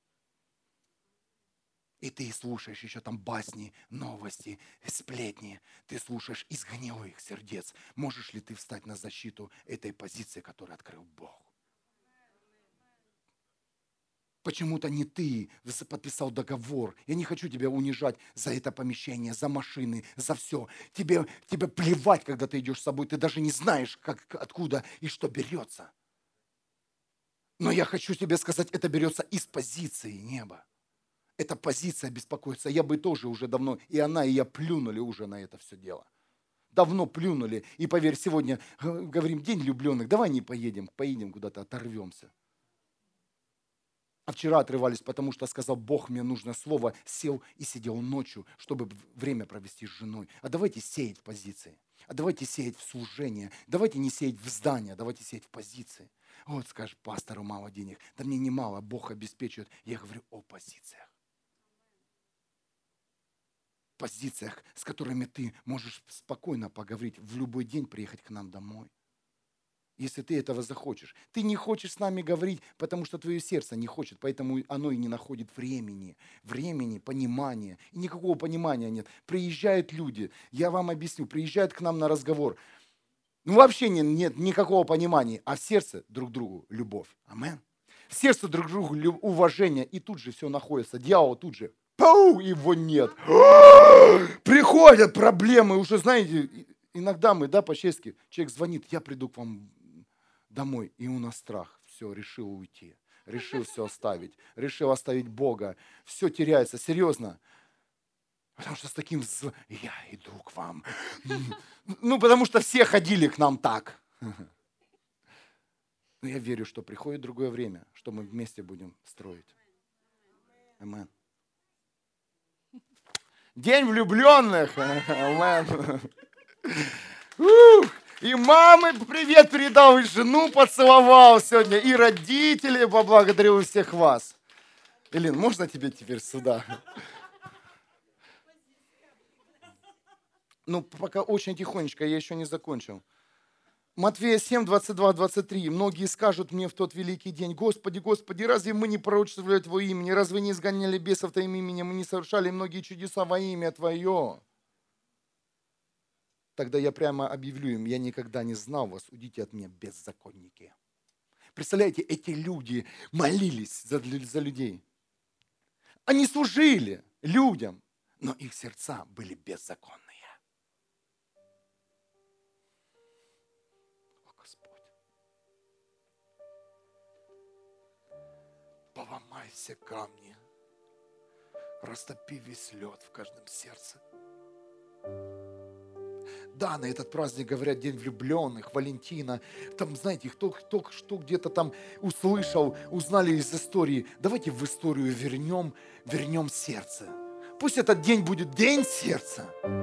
И ты слушаешь еще там басни, новости, сплетни. Ты слушаешь из гнилых сердец. Можешь ли ты встать на защиту этой позиции, которую открыл Бог? Почему-то не ты подписал договор. Я не хочу тебя унижать за это помещение, за машины, за все. Тебе, тебе плевать, когда ты идешь с собой. Ты даже не знаешь, как, откуда и что берется. Но я хочу тебе сказать, это берется из позиции неба. Эта позиция беспокоится. Я бы тоже уже давно, и она, и я плюнули уже на это все дело. Давно плюнули. И поверь, сегодня говорим, день влюбленных, давай не поедем, поедем куда-то, оторвемся. А вчера отрывались, потому что сказал, Бог, мне нужно слово, сел и сидел ночью, чтобы время провести с женой. А давайте сеять в позиции. А давайте сеять в служение. Давайте не сеять в здание, давайте сеять в позиции. Вот скажешь, пастору мало денег. Да мне не мало, Бог обеспечивает. Я говорю о позициях. Позициях, с которыми ты можешь спокойно поговорить, в любой день приехать к нам домой. Если ты этого захочешь. Ты не хочешь с нами говорить, потому что твое сердце не хочет, поэтому оно и не находит времени. Времени, понимания. И никакого понимания нет. Приезжают люди, я вам объясню, приезжают к нам на разговор. Ну вообще нет, нет никакого понимания, а в сердце друг другу любовь. Амен. В сердце друг другу уважение, и тут же все находится. Дьявол тут же. Пау, его нет. Приходят проблемы, уже знаете, иногда мы, да, по-честски, человек звонит, я приду к вам домой, и у нас страх. Все, решил уйти, решил все оставить, решил оставить Бога. Все теряется, серьезно. Потому что с таким, я иду к вам. Ну, потому что все ходили к нам так. Но я верю, что приходит другое время, что мы вместе будем строить. Амин. День влюбленных. И мамы привет передал, и жену поцеловал сегодня, и родителей поблагодарил, и всех вас. Элин, можно тебе теперь сюда? Ну, пока очень тихонечко, я еще не закончил. Матфея семь, двадцать два, двадцать три. Многие скажут мне в тот великий день: Господи, Господи, разве мы не пророчествовали Твое имя? Разве не изгоняли бесов Твоим именем? Мы не совершали многие чудеса во имя Твое? Тогда я прямо объявлю им: я никогда не знал вас, уйдите от меня, беззаконники. Представляете, эти люди молились за, за людей. Они служили людям, но их сердца были беззаконные. О, Господь. Поломай все камни, растопи весь лед в каждом сердце. Да, на этот праздник говорят День влюбленных, Валентина. Там, знаете, кто, кто что где-то там услышал, узнали из истории. Давайте в историю вернем, вернем сердце. Пусть этот день будет День сердца.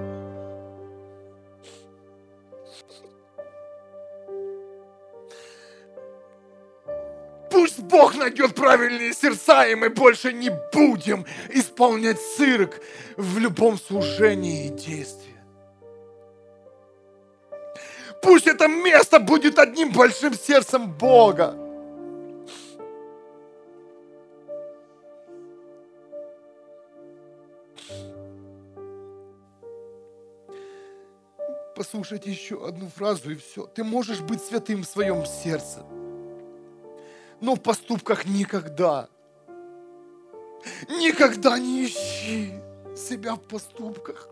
Пусть Бог найдет правильные сердца, и мы больше не будем исполнять цирк в любом служении и действии. Пусть это место будет одним большим сердцем Бога. Послушайте еще одну фразу, и все. Ты можешь быть святым в своем сердце, но в поступках никогда. Никогда не ищи себя в поступках.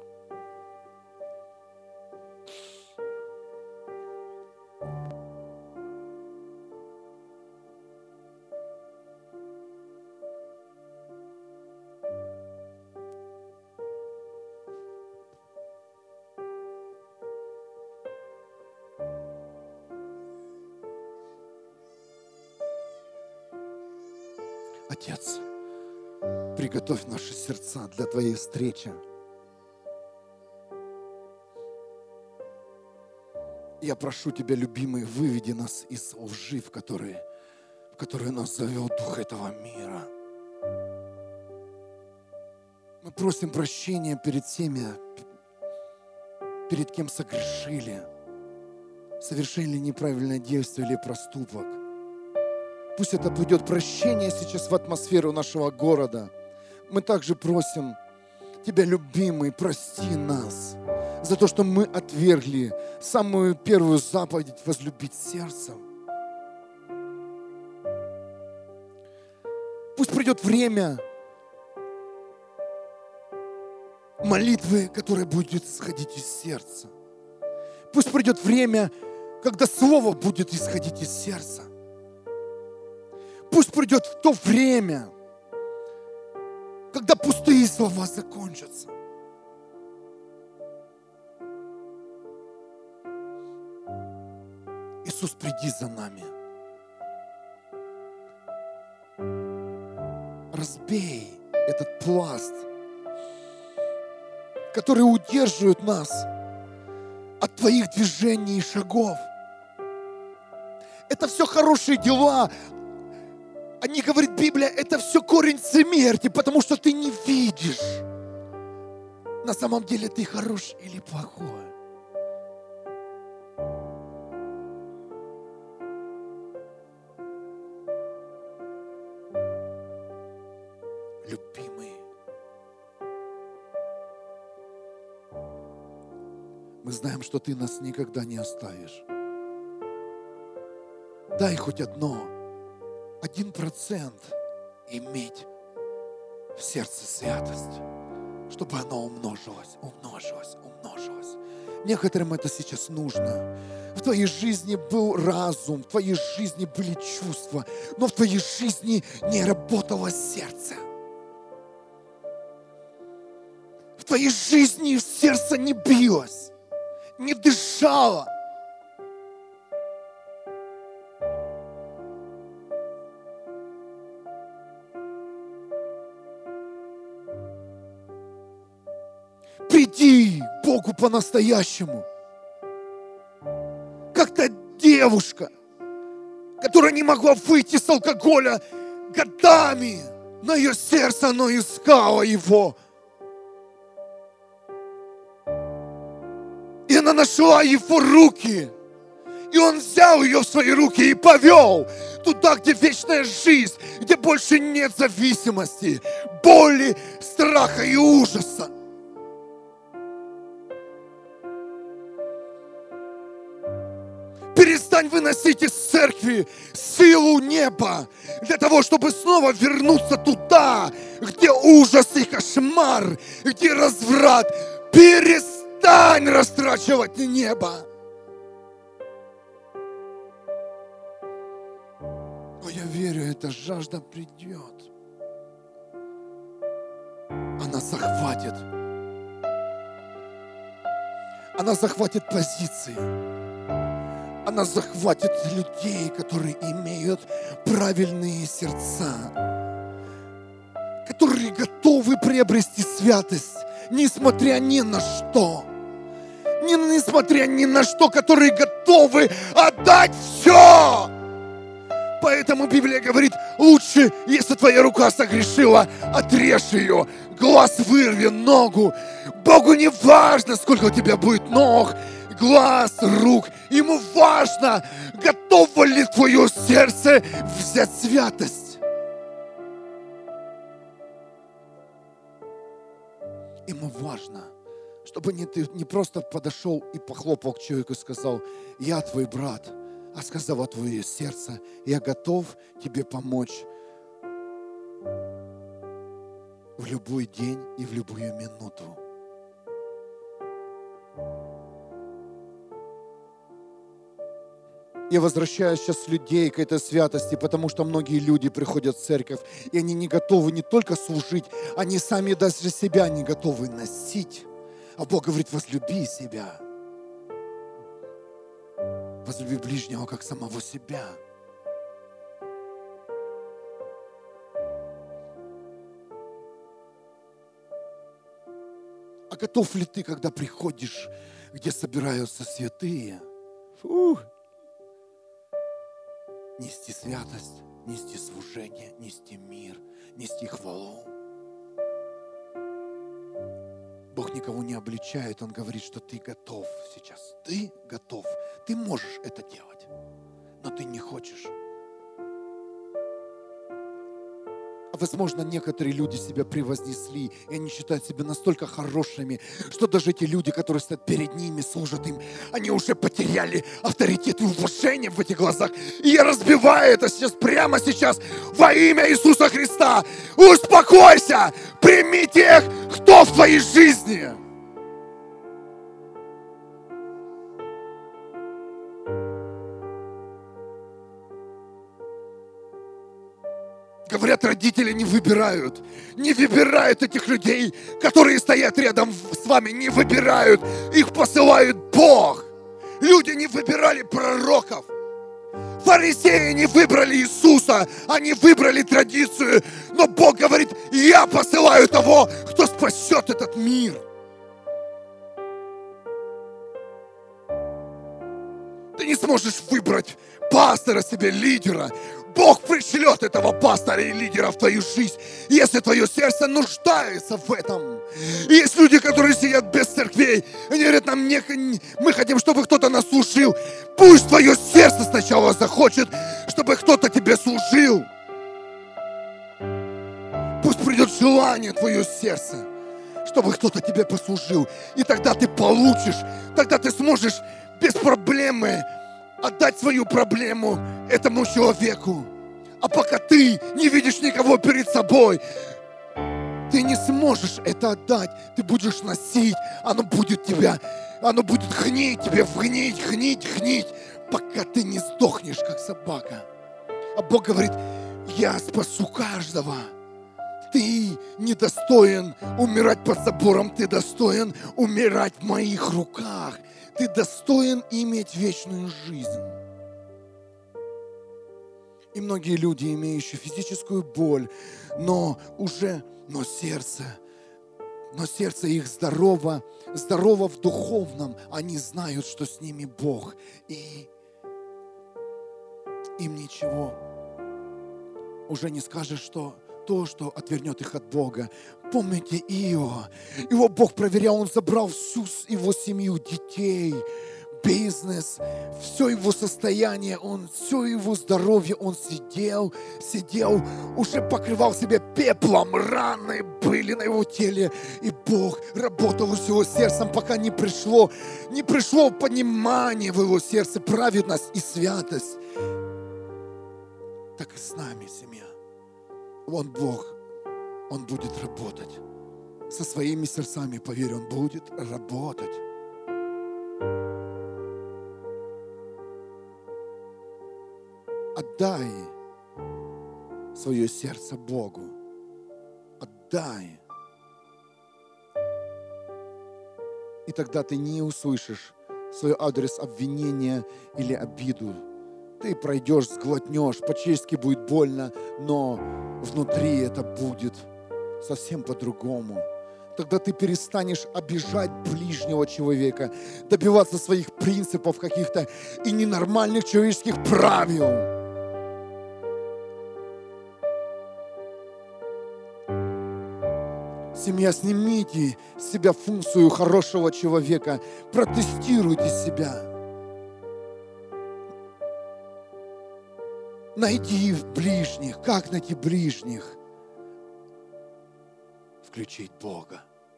Отец, приготовь наши сердца для Твоей встречи. Я прошу Тебя, любимый, выведи нас из лжи, в которую, в которую нас завел дух этого мира. Мы просим прощения перед всеми, перед кем согрешили, совершили неправильное действие или проступок. Пусть это придет прощение сейчас в атмосферу нашего города. Мы также просим Тебя, любимый, прости нас за то, что мы отвергли самую первую заповедь — возлюбить сердцем. Пусть придет время молитвы, которая будет исходить из сердца. Пусть придет время, когда Слово будет исходить из сердца. Пусть придет в то время, когда пустые слова закончатся. Иисус, приди за нами. Разбей этот пласт, который удерживает нас от Твоих движений и шагов. Это все хорошие дела. Они, говорит Библия, это все корень смерти, потому что ты не видишь, на самом деле ты хорош или плохой. Любимый, мы знаем, что Ты нас никогда не оставишь. Дай хоть одно, один процент иметь в сердце святость, чтобы оно умножилось, умножилось, умножилось. Некоторым это сейчас нужно. В твоей жизни был разум, в твоей жизни были чувства, но в твоей жизни не работало сердце. В твоей жизни сердце не билось, не дышало. Приди к Богу по-настоящему. девушка, которая не могла выйти с алкоголя годами, но ее сердце, оно искало его. И она нашла его руки. И он взял ее в свои руки и повел туда, где вечная жизнь, где больше нет зависимости, боли, страха и ужаса. Перестань выносить из церкви силу неба для того, чтобы снова вернуться туда, где ужас и кошмар, где разврат. Перестань растрачивать небо. Но я верю, эта жажда придет. Она захватит. Она захватит позиции. Она захватит людей, которые имеют правильные сердца, которые готовы приобрести святость, несмотря ни на что. Не, несмотря ни на что, которые готовы отдать все. Поэтому Библия говорит, лучше, если твоя рука согрешила, отрежь ее, глаз вырви, ногу. Богу не важно, сколько у тебя будет ног, глаз, рук. Ему важно, готово ли твое сердце взять святость. Ему важно, чтобы не, ты не просто подошел и похлопал к человеку и сказал, я твой брат, а сказал о твое сердце, я готов тебе помочь в любой день и в любую минуту. Я возвращаю сейчас людей к этой святости, потому что многие люди приходят в церковь, и они не готовы не только служить, они сами даже себя не готовы носить. А Бог говорит, возлюби себя. Возлюби ближнего, как самого себя. А готов ли ты, когда приходишь, где собираются святые, фу, нести святость, нести служение, нести мир, нести хвалу? Бог никого не обличает, Он говорит, что ты готов сейчас. Ты готов. Ты можешь это делать, но ты не хочешь. А возможно, некоторые люди себя превознесли, и они считают себя настолько хорошими, что даже эти люди, которые стоят перед ними, служат им, они уже потеряли авторитет и уважение в этих глазах. И я разбиваю это сейчас, прямо сейчас, во имя Иисуса Христа. Успокойся! Прими тех, кто в твоей жизни. Говорят, родители не выбирают, не выбирают этих людей, которые стоят рядом с вами, не выбирают, их посылает Бог. Люди не выбирали пророков, фарисеи не выбрали Иисуса, они выбрали традицию, но Бог говорит, я посылаю того, кто спасет этот мир. Ты не сможешь выбрать пастора себе, лидера. Бог пришлет этого пастора и лидера в твою жизнь, если твое сердце нуждается в этом. И есть люди, которые сидят без церквей, они говорят, нам не, мы хотим, чтобы кто-то нас служил. Пусть твое сердце сначала захочет, чтобы кто-то тебе служил. Пусть придет желание твое сердце, чтобы кто-то тебе послужил. И тогда ты получишь, тогда ты сможешь без проблемы отдать свою проблему этому человеку. А пока ты не видишь никого перед собой, ты не сможешь это отдать. Ты будешь носить, оно будет тебя, оно будет гнить тебе, гнить, гнить, гнить, пока ты не сдохнешь, как собака. А Бог говорит, я спасу каждого. Ты недостоин умирать под забором, ты достоин умирать в моих руках. Ты достоин иметь вечную жизнь. И многие люди, имеющие физическую боль, но уже, но сердце, но сердце их здорово, здорово в духовном. Они знают, что с ними Бог. И им ничего. Уже не скажешь, что то, что отвернет их от Бога. Помните Иова? Его Бог проверял, он забрал всю его семью, детей, бизнес, все его состояние, он, все его здоровье, он сидел, сидел, уже покрывал себя пеплом, раны были на его теле, и Бог работал с его сердцем, пока не пришло, не пришло понимание в его сердце, праведность и святость. Так и с нами, семья. Он Бог, Он будет работать. Со своими сердцами, поверь, Он будет работать. Отдай свое сердце Богу. Отдай. И тогда ты не услышишь свой адрес обвинения или обиду. Ты пройдешь, сглотнешь, по-человечески будет больно, но внутри это будет совсем по-другому. Тогда ты перестанешь обижать ближнего человека, добиваться своих принципов каких-то и ненормальных человеческих правил. Семья, снимите с себя функцию хорошего человека, протестируйте себя. Найди ближних. Как найти ближних? Включить Бога.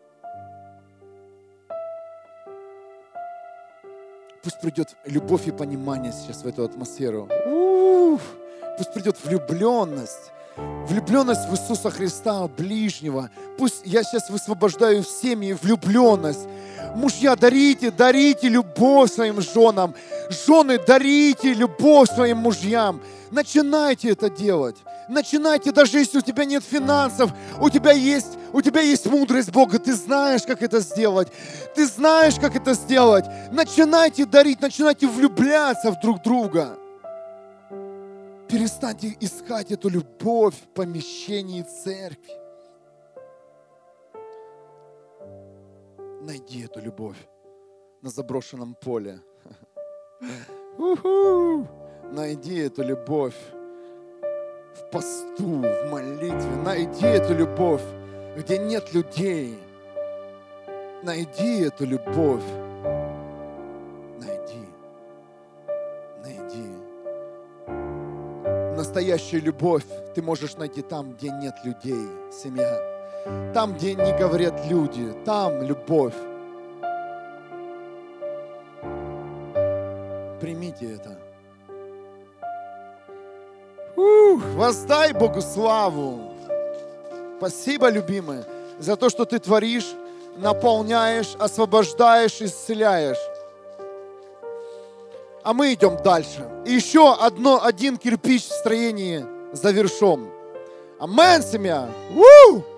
Пусть придет любовь и понимание сейчас в эту атмосферу. У-у-у. Пусть придет влюбленность. Влюбленность в Иисуса Христа, ближнего. Пусть я сейчас высвобождаю в семьи влюбленность. Мужья, дарите, дарите любовь своим женам. Жены, дарите любовь своим мужьям. Начинайте это делать. Начинайте, даже если у тебя нет финансов, у тебя есть, у тебя есть мудрость Бога, ты знаешь, как это сделать. Ты знаешь, как это сделать. Начинайте дарить, начинайте влюбляться в друг друга. Перестаньте искать эту любовь в помещении церкви. Найди эту любовь на заброшенном поле. У-ху! Найди эту любовь в посту, в молитве. Найди эту любовь, где нет людей. Найди эту любовь. Найди. Найди. Настоящую любовь ты можешь найти там, где нет людей, семья. Там, где не говорят люди, там любовь. Примите это. Ух, воздай Богу славу. Спасибо, любимый, за то, что ты творишь, наполняешь, освобождаешь, исцеляешь. А мы идем дальше. И еще одно, один кирпич в строении завершен. Амен, семья! У!